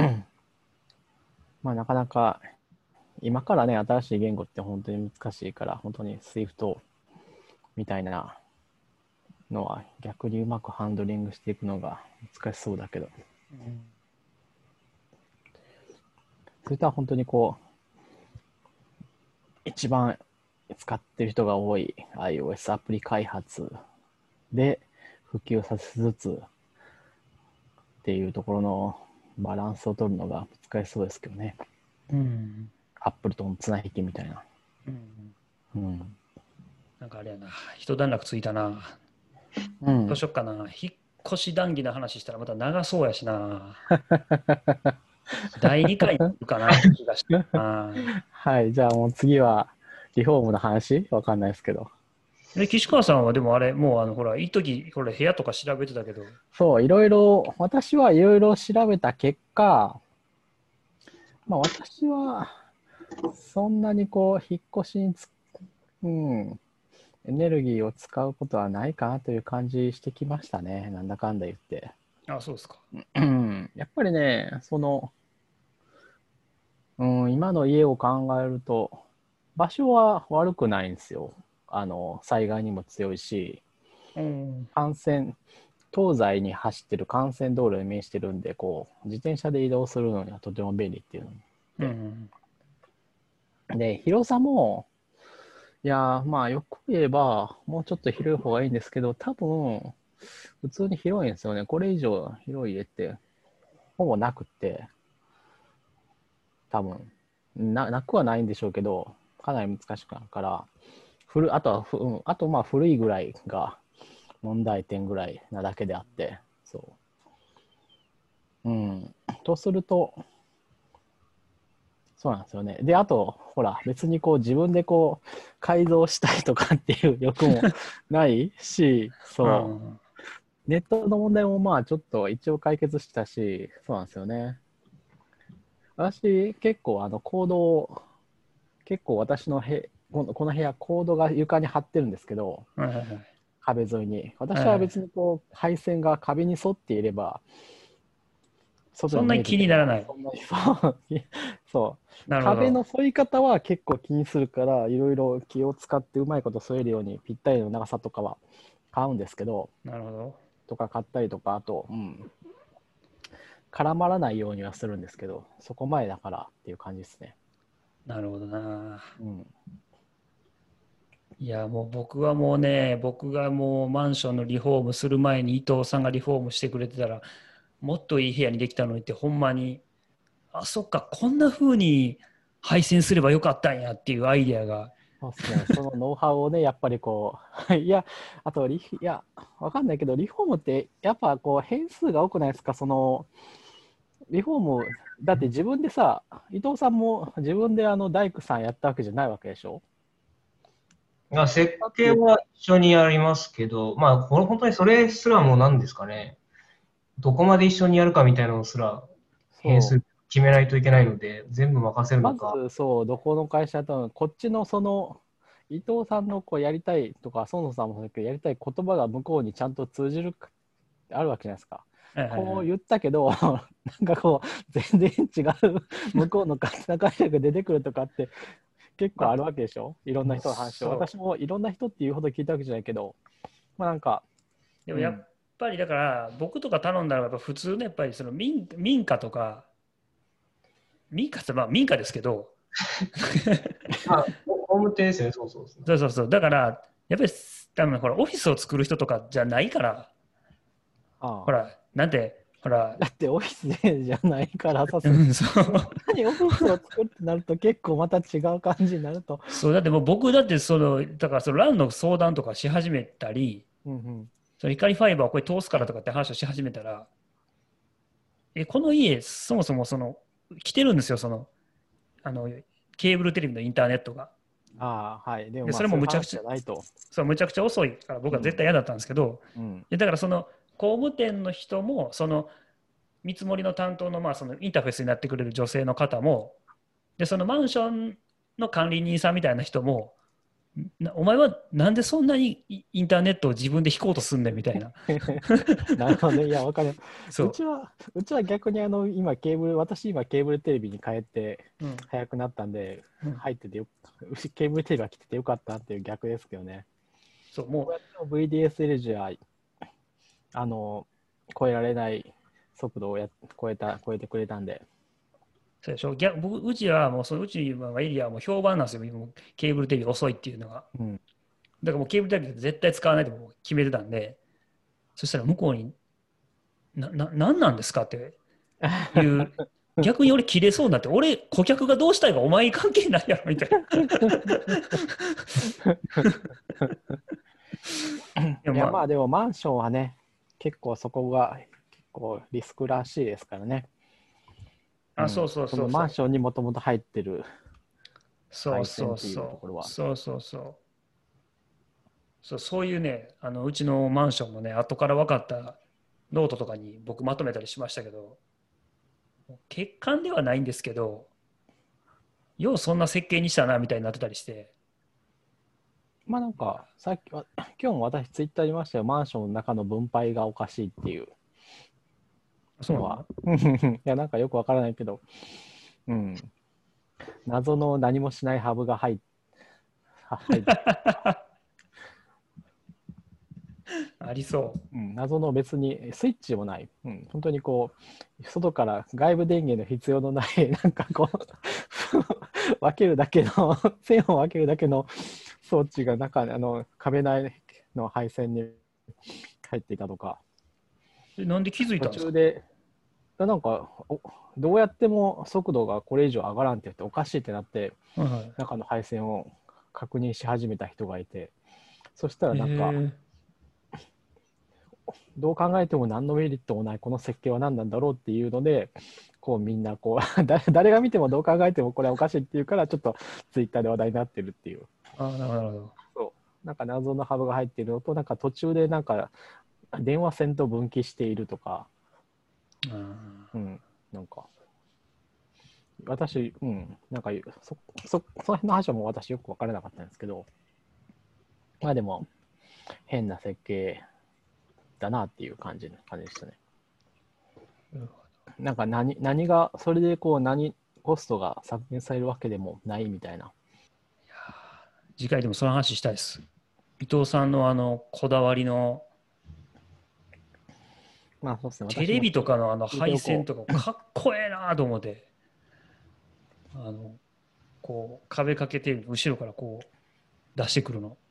Speaker 2: まあなかなか今からね、新しい言語って本当に難しいから、本当に Swift みたいなのは逆にうまくハンドリングしていくのが難しそうだけど、
Speaker 1: うん、
Speaker 2: それとは本当にこう、一番使ってる人が多い iOS アプリ開発で普及させつつっていうところのバランスを取るのが難しそうですけどね。
Speaker 1: うん
Speaker 2: アップルとの綱引きみたいな。
Speaker 1: うん、
Speaker 2: うん。
Speaker 1: な。一段落ついたな。
Speaker 2: うん
Speaker 1: どうしよっかな。引っ越し談義の話したらまた長そうやしな。だいにかいになるかなって気がしたな。
Speaker 2: はい、じゃあもう次はリフォームの話わかんないですけど。
Speaker 1: え、岸川さんはでもあれ、もうあの、ほら、いい時、これ部屋とか調べてたけど、
Speaker 2: そう、いろいろ、私はいろいろ調べた結果、まあ私はそんなにこう、引っ越しにつ、うん、エネルギーを使うことはないかなという感じしてきましたね。なんだかんだ言って。
Speaker 1: あ、そうですか。
Speaker 2: うんやっぱりね、その、うん、今の家を考えると、場所は悪くないんですよ。あの、災害にも強いし、
Speaker 1: うん。
Speaker 2: 幹線、東西に走ってる幹線道路に面してるんで、こう、自転車で移動するのにはとても便利っていう
Speaker 1: うん。
Speaker 2: の。で、広さも、いやー、まあ、よく言えば、もうちょっと広い方がいいんですけど、多分、普通に広いんですよね。これ以上広い家って、ほぼなくって、多分、な、なくはないんでしょうけど、かなり難しくなるから、古あとはふ、うん、あとまあ古いぐらいが問題点ぐらいなだけであって、そう。うん。とすると、そうなんですよね。で、あと、ほら、別にこう自分でこう改造したいとかっていう欲もないし、そう。
Speaker 1: ん。
Speaker 2: ネットの問題もまあちょっと一応解決したし、そうなんですよね。私、結構あのコードを、結構私のへこのこの部屋、コードが床に貼ってるんですけど、
Speaker 1: はいはいはい。
Speaker 2: 壁沿いに。私
Speaker 1: はいはい
Speaker 2: は別にこう配線が壁に沿っていれば、外
Speaker 1: そんなに気
Speaker 2: に見えてて
Speaker 1: にならない。
Speaker 2: もそんなにそうそう
Speaker 1: なるほ
Speaker 2: 壁の
Speaker 1: ど。
Speaker 2: 沿い方は結構気にするから、いろいろ気を使ってうまいこと添えるようにぴったりの長さとかは買うんですけど、
Speaker 1: なるほど。
Speaker 2: とか買ったりとか、あと、うん、絡まらないようにはするんですけど、そこまでだからっていう感じですね。
Speaker 1: なるほどな。
Speaker 2: うん、
Speaker 1: いや、もう僕はもうね、僕がもうマンションのリフォームする前に伊藤さんがリフォームしてくれてたら、もっといい部屋にできたのにって、ほんまに、あ、そっか、こんな風に配線すればよかったんやっていうアイデアが。
Speaker 2: そうですね。そのノウハウをね、やっぱりこう、いや、あとリフ、いや、わかんないけど、リフォームって、やっぱこう、変数が多くないですか、その、リフォーム、だって自分でさ、伊藤さんも自分であの大工さんやったわけじゃないわけでしょ。
Speaker 3: あ、設
Speaker 2: だって、
Speaker 3: 計は一緒にやりますけど、まあ、これ本当にそれすらもう何ですかね。どこまで一緒にやるかみたいなのすら変
Speaker 2: そ
Speaker 3: 数決めないといけないので、全部任せ
Speaker 2: う、
Speaker 3: るのか。
Speaker 2: まずそう、どこの会社と、こっちのその、伊藤さんのこうやりたいとか、園野さんもそうだけど、やりたい言葉が向こうにちゃんと通じるかあるわけじゃないですか。
Speaker 1: はいはいはい。
Speaker 2: こう言ったけど、なんかこう、全然違う向こうの勝手な解釈が出てくるとかって結構あるわけでしょ、いろんな人の話を。
Speaker 1: そう。
Speaker 2: 私もいろんな人っていうほど聞いたわけじゃないけど、まあなんか、
Speaker 1: でもやっ
Speaker 2: うん、
Speaker 1: ぱりだから僕とか頼んだらやっぱ普通のやっぱりその民、民家とか、民家ってまあ民家ですけど、
Speaker 3: あ、ホームテですよね、そうそうそう。
Speaker 1: そうそうそう。だから、やっぱり多分ほらオフィスを作る人とかじゃないから、
Speaker 2: ああ、
Speaker 1: ほら、なんて、ほら、
Speaker 2: だってオフィスでじゃないからさすがに。
Speaker 1: うん、そう。
Speaker 2: 何オフィスを作るってなると結構また違う感じになると。
Speaker 1: そう、だってもう僕だってその、だからそのランの相談とかし始めたり、
Speaker 2: うんうん、
Speaker 1: その光ファイバーをこれ通すからとかって話をし始めたら、え、この家、そもそもその、来てるんですよ、その、あの、ケーブルテレビのインターネットが。
Speaker 2: ああ、はい。でも
Speaker 1: で、
Speaker 2: まあ
Speaker 1: それも
Speaker 2: そういう話
Speaker 1: むちゃくちゃ、
Speaker 2: じゃないと。
Speaker 1: そう、むちゃくちゃ遅いから僕は絶対嫌だったんですけど、
Speaker 2: うん、
Speaker 1: でだからその工務店の人も、その見積もりの担当のまあそのインターフェースになってくれる女性の方も、で、そのマンションの管理人さんみたいな人も、なお前はなんでそんなにイインターネットを自分で引こうとすんねんみたいな。
Speaker 2: なるほどね。いや、わかる。
Speaker 1: そう。
Speaker 2: うちは、うちは逆にあの、今ケーブル、私今ケーブルテレビに変えて
Speaker 1: うん。
Speaker 2: 早くなったんで、
Speaker 1: うん、
Speaker 2: 入っててよ、ケーブルテレビが来ててよかったっていう逆ですけどね。
Speaker 1: そう、もう、
Speaker 2: こうやっても ブイディーエスエル じゃ、あの、超えられない速度をや超えた、超えてくれたんで。
Speaker 1: そうでしょ。逆僕うちはもうそのうちのエリアはもう評判なんですよ。もうケーブルテレビ遅いっていうのが。
Speaker 2: うん。
Speaker 1: だからもうケーブルテレビって絶対使わないともう決めてたんで、そしたら向こうに、な、な、なんなんですかっていう、逆に俺切れそうになって、俺、顧客がどうしたいかお前に関係ないやろみたいな。
Speaker 2: や、
Speaker 1: まあ、
Speaker 2: まあでもマンションはね、結構そこが結構リスクらしいですからね。
Speaker 1: あ、そうそう
Speaker 2: そ
Speaker 1: そうそう。
Speaker 2: のマンションにもともと入ってる
Speaker 1: そうそう
Speaker 2: 配線っていうと
Speaker 1: そう。
Speaker 2: ころは。
Speaker 1: そうそうそう。そう、そういうね、あのうちのマンションもね、後から分かったノートとかに僕まとめたりしましたけど、欠陥ではないんですけど、ようそんな設計にしたなみたいになってたりして、
Speaker 2: まあなんか、さっきは、今日も私ツイッターにいましたよ。マンションの中の分配がおかしいっていうのは。
Speaker 1: そうなの？
Speaker 2: いや、なんかよくわからないけど、うん。謎の何もしないハブが入っ入っ
Speaker 1: ありそ
Speaker 2: うん、謎の別にスイッチもない、うん、本当にこう外から外部電源の必要のないなんかこう分けるだけの線を分けるだけの装置が中あの壁内の配線に入っていたとか、
Speaker 1: う。え、なんで気づい
Speaker 2: 途
Speaker 1: たんですか？
Speaker 2: 中でなんかおどうやっても速度がこれ以上上がらんって言っておかしいってなって
Speaker 1: はいは
Speaker 2: 中の配線を確認し始めた人がいて、そしたら
Speaker 1: い。へ
Speaker 2: なんか
Speaker 1: え。
Speaker 2: どう考えても何のメリットもないこの設計は何なんだろうっていうので、こうみんなこう誰が見てもどう考えてもこれはおかしいっていうからちょっとツイッターで話題になってるっていう。
Speaker 1: ああ、なるほど、なるほど。
Speaker 2: そうなんか謎のハブが入っているのと、なんか途中でなんか電話線と分岐しているとか、
Speaker 1: あ
Speaker 2: うん、なんか私、うん、なんかそそその辺の話はもう私よく分からなかったんですけど、まあでも変な設計だなっていう感じ感じでしたね。
Speaker 1: ー
Speaker 2: なんか何何がそれでこう何コストが削減されるわけでもないみたいな。
Speaker 1: 次回でもその話したいです。伊藤さんのあのこだわりの
Speaker 2: まあそうですね、
Speaker 1: テ
Speaker 2: 私も
Speaker 1: レビとかのあの
Speaker 2: 聞いて
Speaker 1: 配
Speaker 2: おこ
Speaker 1: 線とかかっこええなと思って、あのこう壁掛けて後ろからこう出してくるの。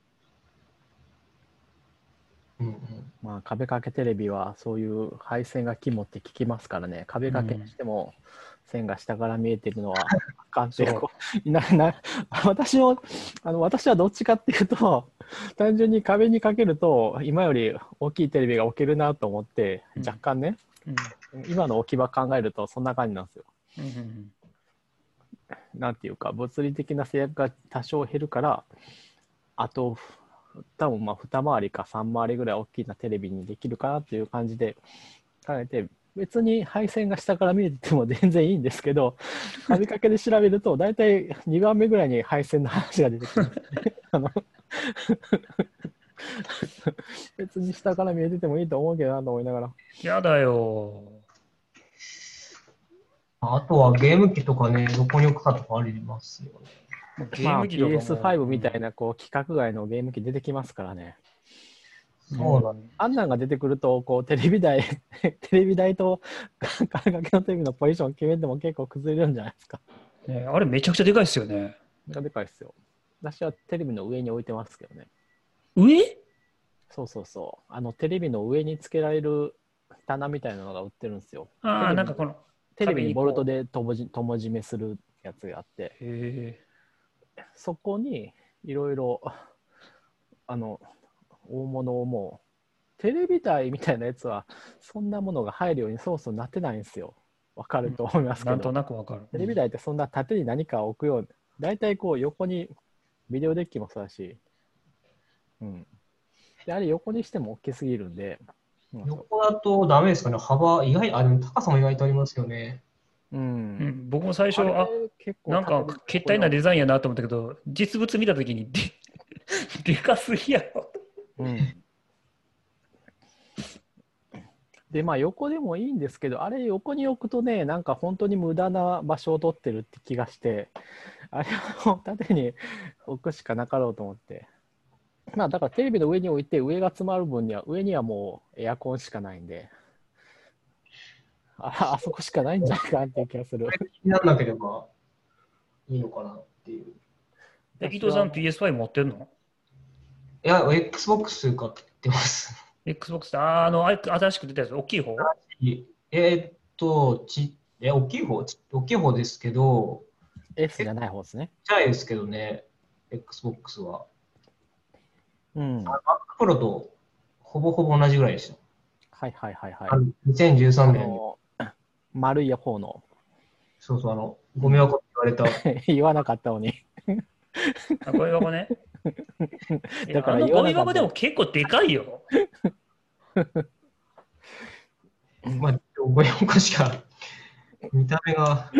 Speaker 3: うんうん。
Speaker 2: う。まあ壁掛けテレビはそういう配線が肝って聞きますからね、壁掛けにしても線が下から見えてるのはあかんって
Speaker 1: そう
Speaker 2: こうなな私もあの私はどっちかっていうと単純に壁にかけると今より大きいテレビが置けるなと思って
Speaker 1: うん
Speaker 2: 若干ね、
Speaker 1: うん
Speaker 2: 今の置き場考えるとそんな感じなんですよ。
Speaker 1: うんうん
Speaker 2: なんていうか物理的な制約が多少減るから、あと多分まあに回りかさん回りぐらい大きなテレビにできるかなっていう感じで考えて、別に配線が下から見えてても全然いいんですけど、壁掛けで調べると大体にばんめぐらいに配線の話が出てきます、ね、あの別に下から見えててもいいと思うけどなと思いながら。
Speaker 1: やだよ。
Speaker 3: あとはゲーム機とかね、どこに置くかとかありますよね。
Speaker 1: もうゲー
Speaker 2: まあ
Speaker 1: ム機とか
Speaker 2: ピーエスファイブ
Speaker 1: も、
Speaker 2: みたいなこう規格外のゲーム機出てきますからね。
Speaker 3: そうだ。
Speaker 2: あんなんが出てくると、こうテレビ台、テレビ台と壁掛けのテレビのポジション決めても結構崩れるんじゃないですか。
Speaker 1: ね、あれめちゃくちゃでかいですよね。
Speaker 2: めっちゃでかいですよ。私はテレビの上に置いてますけどね。
Speaker 1: 上？
Speaker 2: そうそうそう。あのテレビの上につけられる棚みたいなのが売ってるんですよ。
Speaker 1: ああ、
Speaker 2: テレビ
Speaker 1: なんかこの
Speaker 2: テレビ
Speaker 1: 壁にこ
Speaker 2: にボルトでともじとも締めするやつがあって、
Speaker 1: う。へ
Speaker 2: そこにいろいろあの大物をもうテレビ台みたいなやつはそんなものが入るようにそもそもなってないんですよ。わか
Speaker 1: え。
Speaker 2: ると思います
Speaker 1: なんと
Speaker 2: けど、
Speaker 1: なくわかる。
Speaker 2: テレビ台ってそんな縦に何か置くように、大体こう横にビデオデッキもそうだし、うん。で、あれ横にしても大きすぎるんで、うん
Speaker 3: 横だとダメですかね。幅、意外、あ、でも高さも意外とありますよね。
Speaker 2: う
Speaker 1: うんん、僕も最初、
Speaker 2: あれ
Speaker 1: あ、
Speaker 2: 結構
Speaker 1: なんか、
Speaker 2: 縦で
Speaker 1: けったいなデザインやなと思ったけど、実物見たときにで、でかすぎやろ。
Speaker 2: うんで、まあ横でもいいんですけど、あれ横に置くとね、なんか本当に無駄な場所を取ってるって気がして、あれはもう縦に置くしかなかろうと思って。まあだからテレビの上に置いて上が詰まる分には、上にはもうエアコンしかないんで、あ、あそこしかないんじゃないかなっていう気がする。
Speaker 3: 気にならなければいいのかなっていう。
Speaker 1: え、伊藤さん ピーエスファイブ 持ってんの？
Speaker 3: いや、Xbox 買ってます。
Speaker 1: Xbox あー、あの、あ新しく出たやつ、大きい方？
Speaker 3: えーっと、ち、え、大きい方、ち大きい方ですけど、
Speaker 2: S じゃない方ですね。
Speaker 3: ちっちゃいですけどね、Xbox は。
Speaker 2: うん。
Speaker 3: Mac Pro とほぼほぼ同じぐらいでした。
Speaker 2: はいはいはいはい。
Speaker 3: あのにせんじゅうさん
Speaker 2: あ
Speaker 3: ねん、
Speaker 2: の、丸い方の。
Speaker 3: そうそう、あの、ゴミ箱って言われた。
Speaker 2: 言わなかったのに。
Speaker 1: あ、ゴミ箱ね。いや、
Speaker 2: だから
Speaker 1: あのゴミ
Speaker 2: 言わなかった。
Speaker 1: 箱でも結構でかいよ。
Speaker 3: まあ、ゴミ箱しか、見た目が、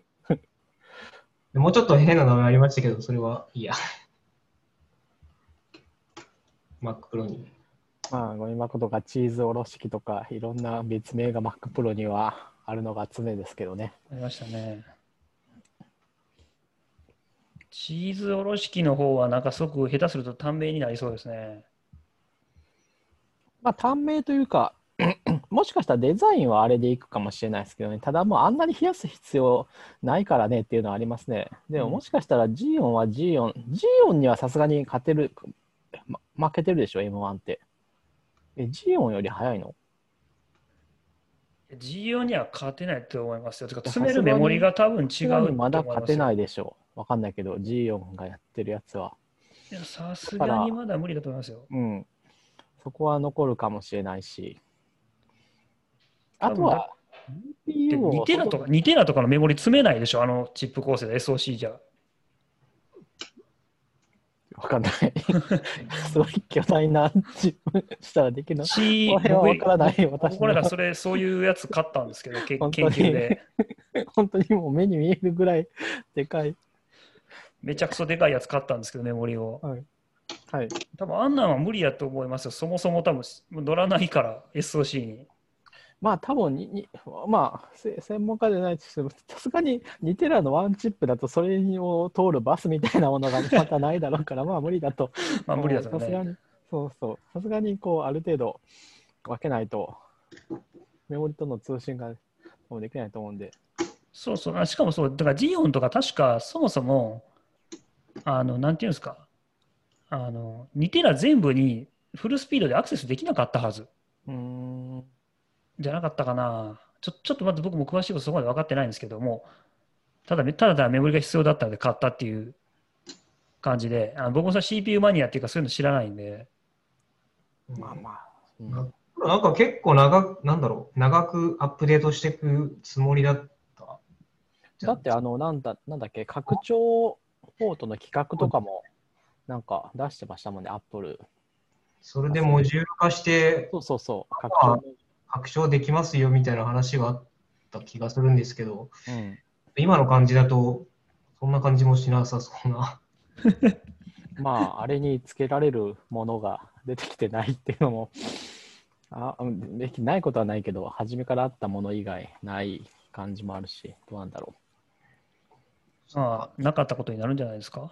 Speaker 3: もうちょっと変な名前ありましたけど、それはいいや。Mac Pro に。
Speaker 2: まあ、ゴミ箱とかチーズおろし器とか、いろんな別名が Mac Pro にはあるのが常ですけどね。
Speaker 1: ありましたね。チーズおろし器の方は、なんかすごく下手すると短命になりそうですね。
Speaker 2: まあ、短命というか、もしかしたらデザインはあれでいくかもしれないですけどね。ただもうあんなに冷やす必要ないからねっていうのはありますね。でももしかしたら ジーオン は ジーオン、ジーオン にはさすがに勝てる、ま負けてるでしょ、エムワン って。え、ジーオン より早いの？
Speaker 1: ジーオン には勝てないと思いますよ。てか、
Speaker 2: さ
Speaker 1: 詰めるメモリが多分違
Speaker 2: さすがに
Speaker 1: う
Speaker 2: まだ勝て
Speaker 1: と思いますよ。
Speaker 2: ないでしょう。わかんないけど、ジーオン がやってるやつは。
Speaker 1: いや、さす
Speaker 2: だから、
Speaker 1: がにまだ無理だと思いますよ。
Speaker 2: うん、そこは残るかもしれないし。あ
Speaker 1: 多分だっ
Speaker 2: とは、ジーピーユー
Speaker 1: てに
Speaker 2: を
Speaker 1: テラとか、にテラとかのメモリ詰めないでしょ、あのチップ構成で エスオーシー じゃ。
Speaker 2: わかんない。すごい巨大なチップしたらできるの。
Speaker 1: し、
Speaker 2: これはわからない
Speaker 1: 僕、
Speaker 2: 私には
Speaker 1: 僕なんかそれ、そういうやつ買ったんですけど、け研
Speaker 2: 本当に
Speaker 1: 究で。
Speaker 2: 本当にもう目に見えるぐらいでかい。
Speaker 1: めちゃくそでかいやつ買ったんですけど、メモリを。
Speaker 2: はい。はい。
Speaker 1: 多分あんなんは無理やと思いますよ。そもそも多分乗らないから、エスオーシー に。
Speaker 2: まあ多分にに、まあせ専門家じゃないですけど、さすがににテラのワンチップだとそれを通るバスみたいなものがまたないだろうから、まあ無理だと。
Speaker 1: まあ無理だとね。
Speaker 2: さすがに、そうそう。さすがにこうある程度分けないと、メモリとの通信がもうできないと思うんで。
Speaker 1: そうそう。あしかもそう、だからジオンとか確かそもそも、あの、なんていうんですか、あの、にテラ全部にフルスピードでアクセスできなかったはず。
Speaker 2: うーん。
Speaker 1: じゃなかったかな。ちょ、ちょっと待って、僕も詳しいことそこまで分かってないんですけども、ただ、ただただメモリが必要だったので買ったっていう感じで、あの僕もさ シーピーユー マニアっていうかそういうの知らないんで、
Speaker 2: まあまあ。うん
Speaker 3: ななんか結構長く、なんだろう、長くアップデートしていくつもりだった。
Speaker 2: だってあの、なんだ、なんだっけ、拡張ポートの企画とかもなんか出してましたもんね、アップル。
Speaker 3: それでモジュール化して
Speaker 2: そうそうそう、拡
Speaker 3: まあ
Speaker 2: 張。
Speaker 3: 拡張できますよみたいな話があった気がするんですけど、
Speaker 2: うん。
Speaker 3: 今の感じだと、そんな感じもしなさそうな。
Speaker 2: まあ、あれにつけられるものが出てきてないっていうのも、あ、うんできないことはないけど、初めからあったもの以外ない感じもあるし、どうなんだろ
Speaker 1: まあ、なかったことになるんじゃないですか。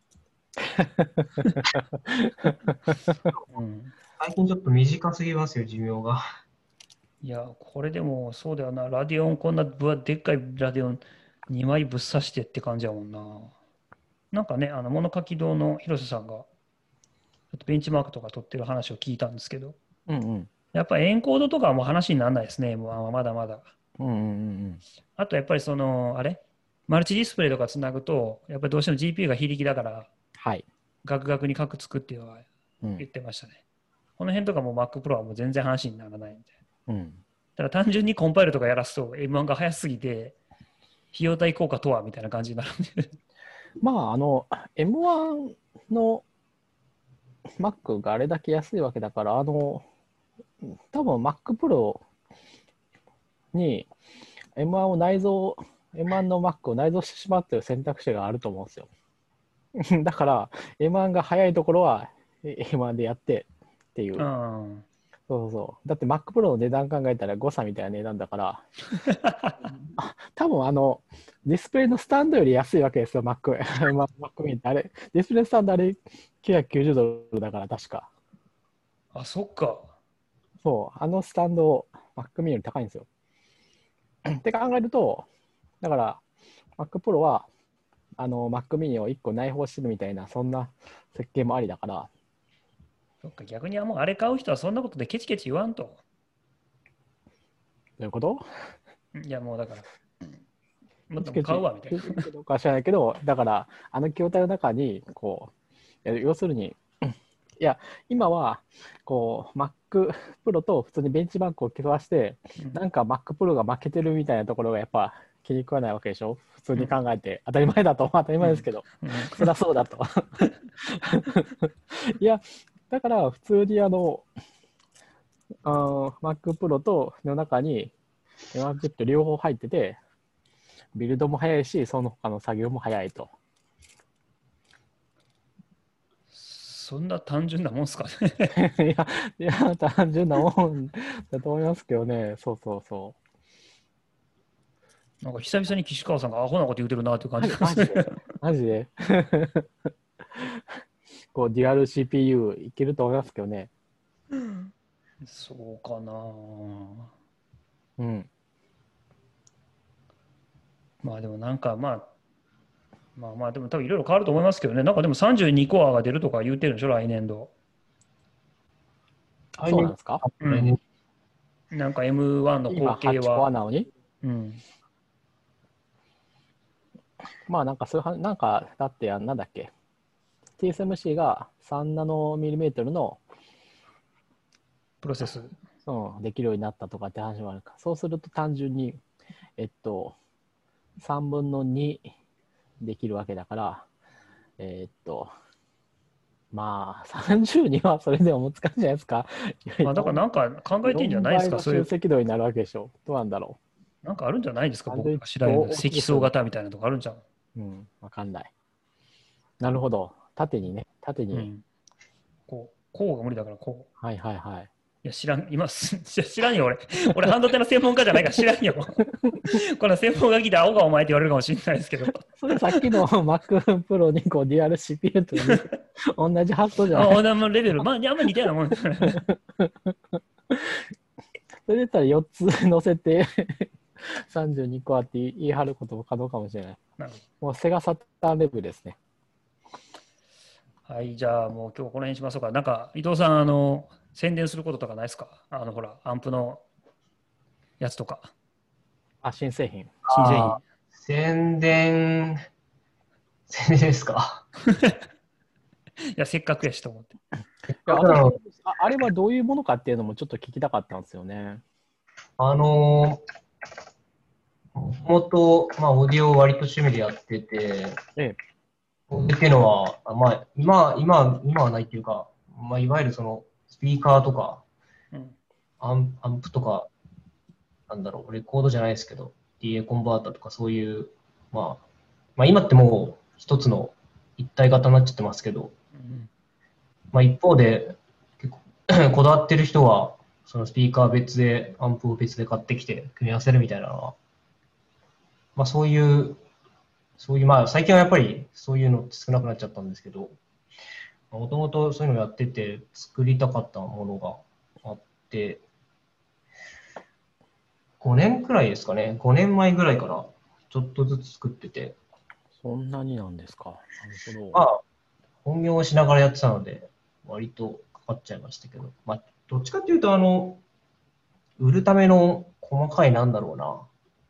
Speaker 1: うん、
Speaker 3: 最近ちょっと短すぎますよ、寿命が。
Speaker 1: いや、これでもそうだよな。ラディオン、こんなぶわでっかいラディオンにまいぶっ刺してって感じやもんな。なんかね、あの物書き堂の広瀬さんが、ちょっとベンチマークとか取ってる話を聞いたんですけど、
Speaker 2: う。うんうん。
Speaker 1: やっぱエンコードとかはもう話にならないですね、エムワン はまだまだ。
Speaker 2: うんうんうん
Speaker 1: あとやっぱりその、あれマルチディスプレイとかつなぐと、やっぱりどうしても ジーピーユー が非力だから、
Speaker 2: はい。
Speaker 1: ガクガクに書くつくっていうのは
Speaker 2: うん
Speaker 1: 言ってましたね。この辺とかも Mac Pro はもう全然話にならないんで。
Speaker 2: うん。
Speaker 1: ただ単純にコンパイルとかやらすと エムワン が早すぎて、費用対効果とはみたいな感じになるんで。
Speaker 2: まあ、あの、エムワン の Mac があれだけ安いわけだから、あの、多分 Mac Pro に エムワン を内蔵、エムワン の Mac を内蔵してしまうという選択肢があると思うんですよ。だから、エムワン が早いところは エムワン でやってっていう。
Speaker 1: うん
Speaker 2: そうそうそう。だって Mac Pro の値段考えたら誤差みたいな値段だから、あ多分あの、ディスプレイのスタンドより安いわけですよ、Mac、ま Mac mini って。あれ、ディスプレイのスタンドあれきゅうひゃくきゅうじゅうドルだから確か。
Speaker 1: あ、そっか。
Speaker 2: そう、あのスタンド、Mac mini より高いんですよ。って考えると、だから Mac Pro はあの Mac mini をいっこ内包してるみたいな、そんな設計もありだから。
Speaker 1: そっか、逆にはもうあれ買う人はそんなことでケチケチ言わんと。
Speaker 2: どういうこと？
Speaker 1: いや、もうだから、もっと
Speaker 2: ケチケチ
Speaker 1: 買うわみたいな。
Speaker 2: どうか知らないけど、だからあの筐体の中にこう、要するに、いや今はこう Mac Mac Pro と普通にベンチマークを競わして、
Speaker 1: うん
Speaker 2: なんか Mac Pro が負けてるみたいなところがやっぱ気に食わないわけでしょ。普通に考えて。当たり前だと、当たり前ですけど。
Speaker 1: うん
Speaker 2: そりゃそうだと。いや、だから普通にあの、あー Mac Pro との中に エムワン チップ両方入ってて、ビルドも早いし、その他の作業も早いと。
Speaker 1: そんな単純なもんすかね。
Speaker 2: いや、いや、単純なもんだと思いますけどね。そうそうそ
Speaker 1: なんか久々に岸川さんがアホなこと言うてるなっていう
Speaker 2: う。
Speaker 1: 感じ
Speaker 2: マジマジで、マジで。こう、デュアル シーピーユー いけると思いますけどね。
Speaker 1: そうかな。
Speaker 2: うん。
Speaker 1: まあでもなんかまあ、まあまあでも多分いろいろ変わると思いますけどね。なんかでもさんじゅうにコアが出るとか言うてるんでしょ、来年度。
Speaker 2: そうなんですか？
Speaker 1: うん。なんか エムワン の
Speaker 2: 今、
Speaker 1: 後継
Speaker 2: はちコア
Speaker 1: は。
Speaker 2: なのに。
Speaker 1: うん。
Speaker 2: まあなんかそういうは、なんか、だってや、なんだっけ。ティーエスエムシー がさんナノミリメートルの、
Speaker 1: プロセス。
Speaker 2: うん、できるようになったとかって話もあるか。そうすると単純に、えっと、さんぶんのにできるわけだから、えっと、まあ、さんじゅうにはそれでも難しいんじゃないですか。
Speaker 1: まあだからなんか考えてんじゃないですか、
Speaker 2: よんばいの
Speaker 1: そういう、
Speaker 2: 集積度になるわけでしょ。どうなんだろ
Speaker 1: なんかあるんじゃないですか、
Speaker 2: う。
Speaker 1: 僕が知ら
Speaker 2: 単純
Speaker 1: ないの。
Speaker 2: に大きいですよね。
Speaker 1: 積層型みたいなとこあるんじゃん。
Speaker 2: うん、わかんない。なるほど。縦にね、縦に。
Speaker 1: うん。こう、こうが無理だからこう。
Speaker 2: はいはいはい。
Speaker 1: いや、知らん、今、す知らんよ、俺。俺、半導体の専門家じゃないから知らんよ。この専門家聞いて、青がお前って言われるかもしれないですけど。
Speaker 2: それさっきの Mac Pro にこう デュアル シーピーユー と似て同じ発想じゃ
Speaker 1: あ、
Speaker 2: ない。
Speaker 1: 同じレベル。まあ、あんま似たようなもんですからね。
Speaker 2: それだったらよっつ乗せてさんじゅうにコアって言い張ることも可能かもしれない。
Speaker 1: なる
Speaker 2: もうセガサターンレベルですね。
Speaker 1: はい、じゃあもう今日この辺にしましょうか。なんか、伊藤さん、あの、宣伝することとかないですか？あの、ほら、アンプのやつとか、
Speaker 2: あ、新製品。
Speaker 1: 新製
Speaker 3: あー宣伝、宣伝ですか。
Speaker 1: 品。いや、せっかくやしと思って。
Speaker 2: いや私ああれはどういうものかっていうのもちょっと聞きたかったんですよね。
Speaker 3: あのー、もと、まあ、オーディオを割と趣味でやってて、
Speaker 2: ええ。
Speaker 3: っていうのは、あまあ、今、今、今はないっていうか、まあ、いわゆるその、スピーカーとか、
Speaker 1: うん。
Speaker 3: アン、アンプとか、なんだろう、レコードじゃないですけど、ディーエー コンバーターとかそういう、まあ、まあ、今ってもう一つの一体型になっちゃってますけど、
Speaker 1: うん
Speaker 3: まあ、一方で、結構こだわってる人は、そのスピーカー別で、アンプを別で買ってきて組み合わせるみたいなのは、まあそういう、そういう、まあ最近はやっぱりそういうのって少なくなっちゃったんですけど、もともとそういうのやってて作りたかったものがあって、ごねんくらいですかね、ごねんまえぐらいからちょっとずつ作ってて、
Speaker 2: そんなになんですか。なるほど。
Speaker 3: まあ、本業をしながらやってたので、割とかかっちゃいましたけど、まあ、どっちかっていうと、あの、売るための細かいなんだろうな、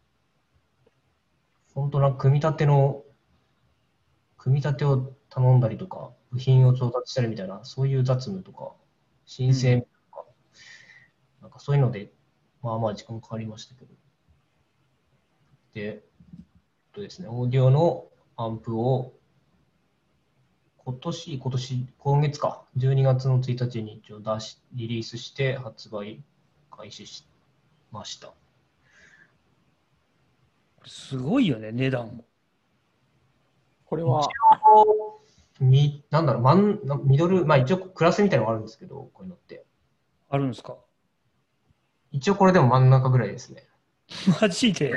Speaker 3: 本当な組み立ての、組み立てを頼んだりとか、部品を調達したりみたいな、そういう雑務とか、申請とか、なんかそういうので、まあまあ時間かかりましたけど。で、えっとですね、オーディオのアンプを、今年、今年、今月か、じゅうにがつのついたちに一応出し、リリースして発売開始しました。
Speaker 1: すごいよね、値段も。
Speaker 2: これは、
Speaker 3: み、なんだろう、マン、なミドル、まあ一応クラスみたいなのがあるんですけど、こういうのって。
Speaker 1: あるんですか？
Speaker 3: 一応これでも真ん中ぐらいですね。
Speaker 1: マジで。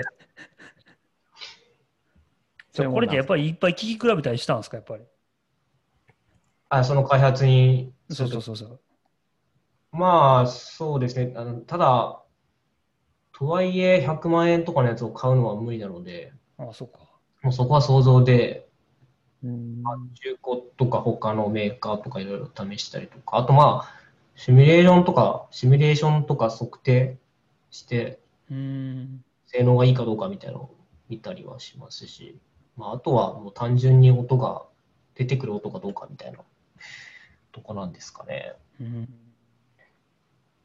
Speaker 1: じゃあこれでやっぱりいっぱい聞き比べたりしたんですか、やっぱり。
Speaker 3: あ、その開発にす
Speaker 1: そう
Speaker 3: ると
Speaker 1: そうそうそう。
Speaker 3: まあ、そうですね。あの、ただ、とはいえひゃくまん円とかのやつを買うのは無理なので、
Speaker 1: ああ、そうか。
Speaker 3: もうそこは想像で、
Speaker 2: うーん、
Speaker 3: 中古とか他のメーカーとかいろいろ試したりとか、あとまあ、シミュレーションとか、シミュレーションとか測定して、
Speaker 1: うーん。
Speaker 3: 性能がいいかどうかみたいなのを見たりはしますし、まあ、あとはもう単純に音が、出てくる音かどうかみたいなとこなんですかね。
Speaker 1: うん。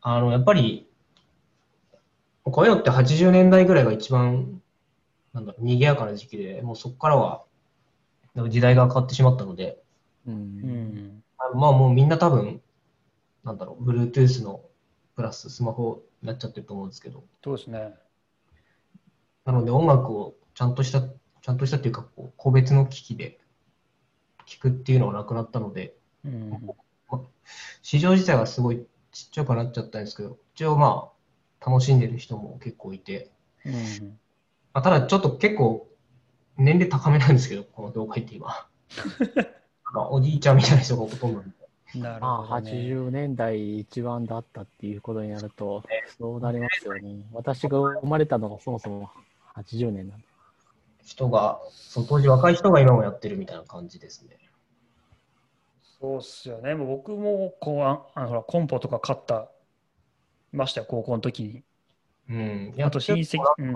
Speaker 3: あの、やっぱり、こういうのってはちじゅうねんだいぐらいが一番、なんだろう、賑やかな時期で、もうそこからは、なんか時代が変わってしまったので、
Speaker 2: う。
Speaker 1: うんん。
Speaker 3: あまあもうみんな多分、なんだろう、Bluetooth のプラススマホになっちゃってると思うんですけど、
Speaker 1: そうですね。
Speaker 3: なので音楽をちゃんとした、ちゃんとしたっていうか、こう個別の機器で聴くっていうのはなくなったので、
Speaker 1: うん。
Speaker 3: ま市場自体はすごいちっちゃくなっちゃったんですけど、一応まあ、楽しんでる人も結構いて、
Speaker 1: うん。
Speaker 3: まあ、ただちょっと結構年齢高めなんですけど、この業界って今。なんかおじいちゃんみたいな人がほとんどなんで。
Speaker 1: なる
Speaker 2: まあ、
Speaker 1: ほどね。
Speaker 2: はちじゅうねんだい一番だったっていうことになると、そうなりますよね。私が生まれたのがそもそもはちじゅうねんなんで。
Speaker 3: 人が、そう当時若い人が今もやってるみたいな感じですね。
Speaker 1: そうっすよね。もう僕もこうああのほらコンポとか買ったましたよ、高校の時に。
Speaker 3: うん。い
Speaker 1: あ
Speaker 3: や、
Speaker 1: と親戚、
Speaker 3: 結構
Speaker 1: うん。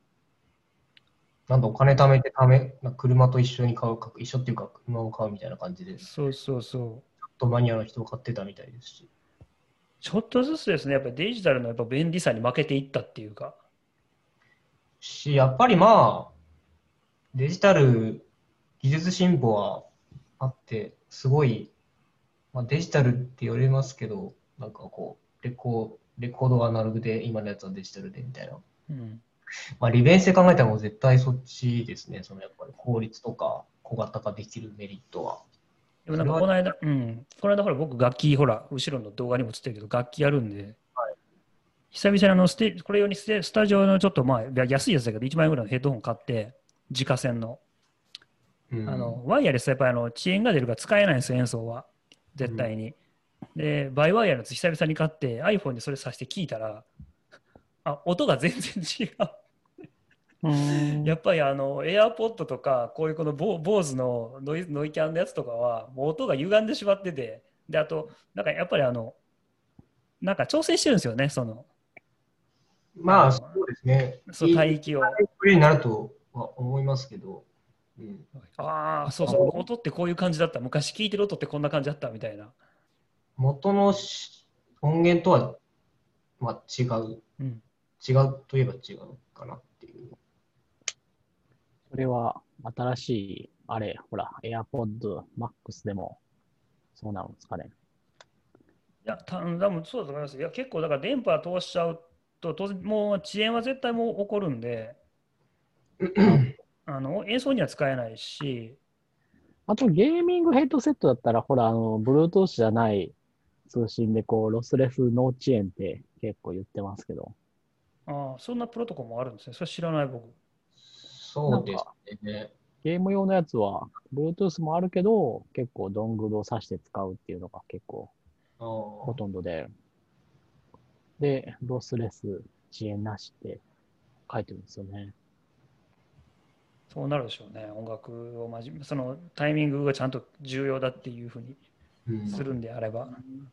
Speaker 3: なんかお金貯めてため、なんか車と一緒に買うか、一緒っていうか車を買うみたいな感じで、ちょ
Speaker 1: そうそうそう。
Speaker 3: っとマニアの人を買ってたみたいですし。
Speaker 1: ちょっとずつですね、やっぱりデジタルのやっぱ便利さに負けていったっていうか。
Speaker 3: し、やっぱりまあ、デジタル技術進歩はあって、すごい、まあ、デジタルって言われますけど、なんかこう、レコ、レコードはアナログで、今のやつはデジタルでみたいな。
Speaker 1: うん。
Speaker 3: まあ、利便性考えたらもう絶対そっちですね。そのやっぱり効率とか小型化できるメリットは。
Speaker 1: でもなんかこの間、うん。この間ほら僕楽器、ほら、後ろの動画にも映ってるけど、楽器やるんで、
Speaker 3: はい、
Speaker 1: 久々にあのステ、これ用にステスタジオのちょっとまあ安いやつだけど、いちまん円ぐらいのヘッドホン買って、自家製の。
Speaker 3: うん
Speaker 1: あの、ワイヤレスやっぱりあの遅延が出るから使えないんですよ、演奏は。絶対に。で、バイワイヤーのやつ久々に買って iPhone にそれさして聞いたら、あ、音が全然違う。
Speaker 2: うーん。
Speaker 1: やっぱりあの AirPod とかこういうこの Bose のノイ、ノイキャンのやつとかはもう音が歪んでしまってて、で、あと、なんかやっぱりあの、なんか調整してるんですよね、その、あ
Speaker 3: まあ、そ
Speaker 1: の、
Speaker 3: うですね。
Speaker 1: そう
Speaker 3: いい
Speaker 1: 帯域を。
Speaker 3: プレイになるとは思いますけど、うん、
Speaker 1: ああ、そうそう、音ってこういう感じだった。昔聞いてる音ってこんな感じだったみたいな。
Speaker 3: 元のし音源とは、まあ、違う、
Speaker 1: うん。
Speaker 3: 違うといえば違うかなっていう。
Speaker 2: それは新しい、あれ、ほら、AirPod Max でもそうなんですかね。
Speaker 1: いや、た多分そうだと思います。いや、結構だから電波通しちゃうと、当然もう遅延は絶対もう起こるんで、あの演奏には使えないし、
Speaker 2: あとゲーミングヘッドセットだったら、ほら、あの、Bluetooth じゃない通信で、こう、ロスレスノー遅延って結構言ってますけど、
Speaker 1: ああ、そんなプロトコルもあるんですね。それ知らない僕。
Speaker 3: そうですね。
Speaker 2: ゲーム用のやつは、Bluetooth もあるけど、結構ドングルを挿して使うっていうのが結構
Speaker 3: あ
Speaker 2: ほ
Speaker 3: ー
Speaker 2: とんどで、で、ロスレス遅延なしって書いてるんですよね。
Speaker 1: そうなるでしょうね。音楽を真面目、そのタイミングがちゃんと重要だっていうふうに
Speaker 3: うん
Speaker 1: するんであれば。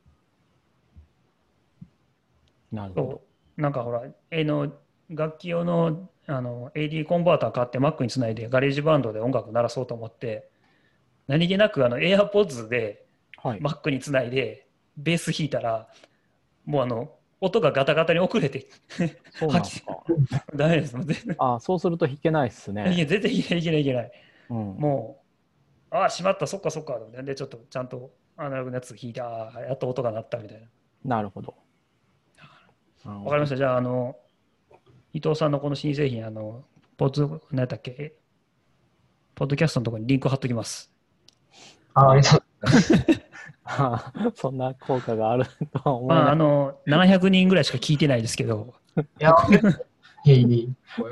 Speaker 2: なるほど。
Speaker 1: そう、なんかほら、A の楽器用の、あの エーディー コンバーター買って Mac につないでガレージバンドで音楽鳴らそうと思って、何気なくあの AirPods で
Speaker 2: はい。
Speaker 1: Mac につないでベース弾いたら、もうあの音がガタガタに遅れて
Speaker 2: そうなんですか。
Speaker 1: ダメです。もう全然
Speaker 2: あ、そうすると弾けないっす
Speaker 1: いや
Speaker 2: ね。
Speaker 1: 全然いけないいけないいけない。
Speaker 2: うん。
Speaker 1: もう、ああ、しまった、そっかそっか。で、ちょっとちゃんとアナログのやつ弾いて、ああ、やっと音が鳴ったみたいな。
Speaker 2: なるほど。
Speaker 1: わかりました。じゃあ、あの、伊藤さんのこの新製品、あの、ポッド、何やったっけ、ポッドキャストのところにリンク貼っときます。
Speaker 3: あ、ありがとうございます。
Speaker 2: た。そんな効果があるとは思
Speaker 1: まあ、
Speaker 2: えない。
Speaker 1: あの、ななひゃくにんぐらいしか聞いてないですけど、
Speaker 3: いや、いやいい。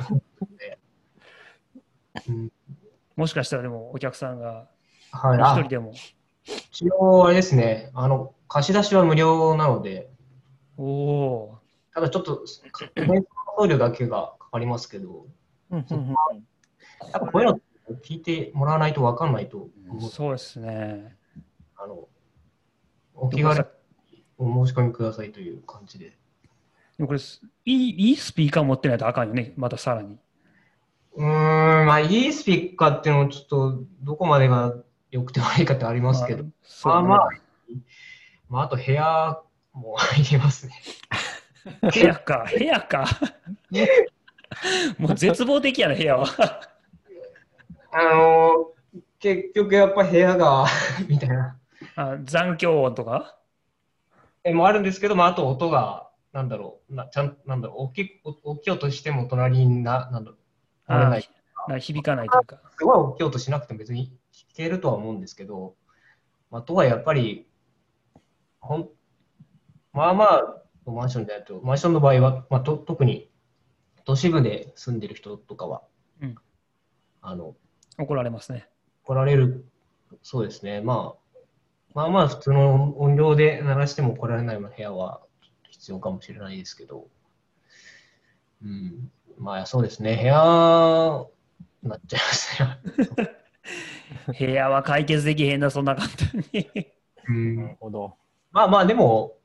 Speaker 3: うん、
Speaker 1: もしかしたらでもお客さんが
Speaker 3: はい。あ、
Speaker 1: 一人でも、
Speaker 3: 一応あれですね。あの、貸し出しは無料なので、
Speaker 1: おお
Speaker 3: ただちょっと、変送料だけがかかりますけど、
Speaker 2: うんうんうん
Speaker 3: やっぱこういうの聞いてもらわないと分かんないと思
Speaker 1: ー、
Speaker 3: う。
Speaker 1: そうですね。
Speaker 3: あの、お
Speaker 1: でもこれさ
Speaker 3: 気軽にお申し込みくださいという感じで。
Speaker 1: でもこれいい、いいスピーカー持ってないとあかんよね、またさらに。
Speaker 3: うーん、まあ、いいスピーカーっていうのもちょっと、どこまでが良くて悪いかってありますけど、
Speaker 1: まあ、そうね。
Speaker 3: まあまあ、まあ、あと部屋も入りますね。
Speaker 1: 部屋か、部屋か。もう絶望的やな、部屋は。
Speaker 3: あのー結局やっぱ部屋が、みたいな。
Speaker 1: あ、残響音とか
Speaker 3: え、もあるんですけど、まあ、あと音が、なんだろう、なちゃん、なんだろう、大きい、お大きい音しても隣にな、なんだろう、漏れ
Speaker 1: あ
Speaker 3: ない。
Speaker 1: な響かないというか。
Speaker 3: すごい大きい音しなくても別に聞けるとは思うんですけど、まあ、とはやっぱり、ほん、まあまあ、マンションでないと、マンションの場合は、まあ、と特に都市部で住んでる人とかは、
Speaker 1: うん、
Speaker 3: あの、
Speaker 1: 怒られますね。
Speaker 3: 来られる、そうですね、まあ、まあまあ普通の音量で鳴らしても来られないような部屋は必要かもしれないですけど、うん、まあそうですね、部屋、なっちゃいますね。
Speaker 1: 部屋は解決できへんな、そんな簡単に。
Speaker 3: うん
Speaker 2: なるほど。
Speaker 3: まあまあでも、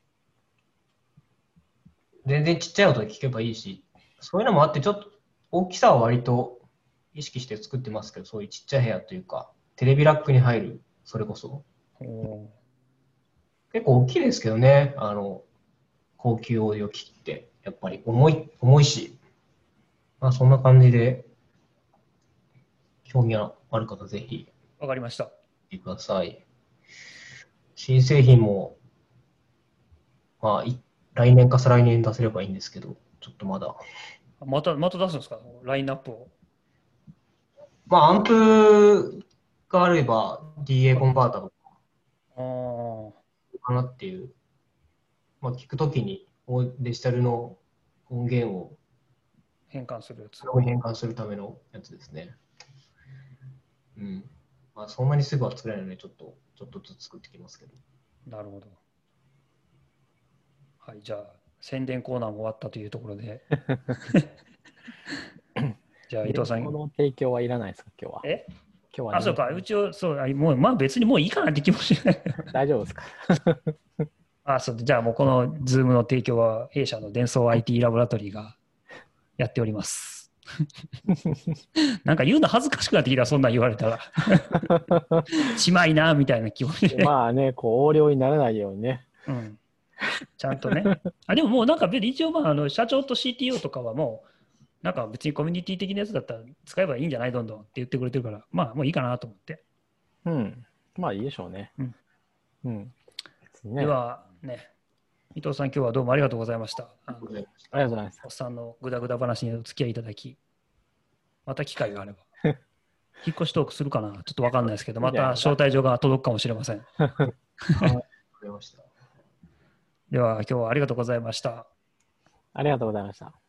Speaker 3: 全然ちっちゃい音で聞けばいいし、そういうのもあって、ちょっと大きさは割と意識して作ってますけど、そういうちっちゃい部屋というか、テレビラックに入る、それこそ。
Speaker 1: お
Speaker 3: 結構大きいですけどね、あの、高級オーディオ機器って、やっぱり重い、重いし、まあそんな感じで、興味がある方ぜひ
Speaker 1: わかりました。
Speaker 3: 見てください。新製品も、まあ、い来年か再来年出せればいいんですけど、ちょっとまだ。
Speaker 1: また、また出すんですかラインナップを。
Speaker 3: まあ、アンプがあれば ディーエー コンバーターと
Speaker 1: ああ、
Speaker 3: かなっていう、まあ、聞くときにデジタルの音源を
Speaker 1: 変換するやつ。
Speaker 3: 変換するためのやつですね。うん。まあ、そんなにすぐは作れないので、ちょっと、ちょっとずつ作ってきますけど。
Speaker 1: なるほど。はい、じゃあ、宣伝コーナーも終わったというところで。じゃあ、伊藤さん。
Speaker 2: この提供はいらないですか、今日は。
Speaker 1: え
Speaker 2: 今日は
Speaker 1: あ、そうか、うちを、そう、あもう、まあ別にもういいかなって気もしない。
Speaker 2: 大丈夫ですか。
Speaker 1: あ、そう、じゃあもうこの Zoom の提供は弊社のデンソー アイティー ラボラトリーがやっております。なんか言うの恥ずかしくなってきた、そんなん言われたら。しまいな、みたいな気持ちで。
Speaker 2: まあね、こう、横領にならないようにね。
Speaker 1: うん。ちゃんとね。あ、でももうなんか別に一応、まあ、あの社長と シーティーオー とかはもう、なんか別にコミュニティ的なやつだったら使えばいいんじゃないどんどんって言ってくれてるから、まあもういいかなと思って。
Speaker 2: うん。まあいいでしょうね。
Speaker 1: うん。
Speaker 2: うん。ね、
Speaker 1: ではね、伊藤さん今日はどうもありがとうございました。あの
Speaker 2: ありがとうございます。
Speaker 1: おっさんのぐだぐだ話にお付き合いいただき、また機会があれば。引っ越しトークするかなちょっとわかんないですけど、また招待状が届くかもしれません。
Speaker 3: わかりました。
Speaker 1: では今日はありがとうございました。
Speaker 2: ありがとうございました。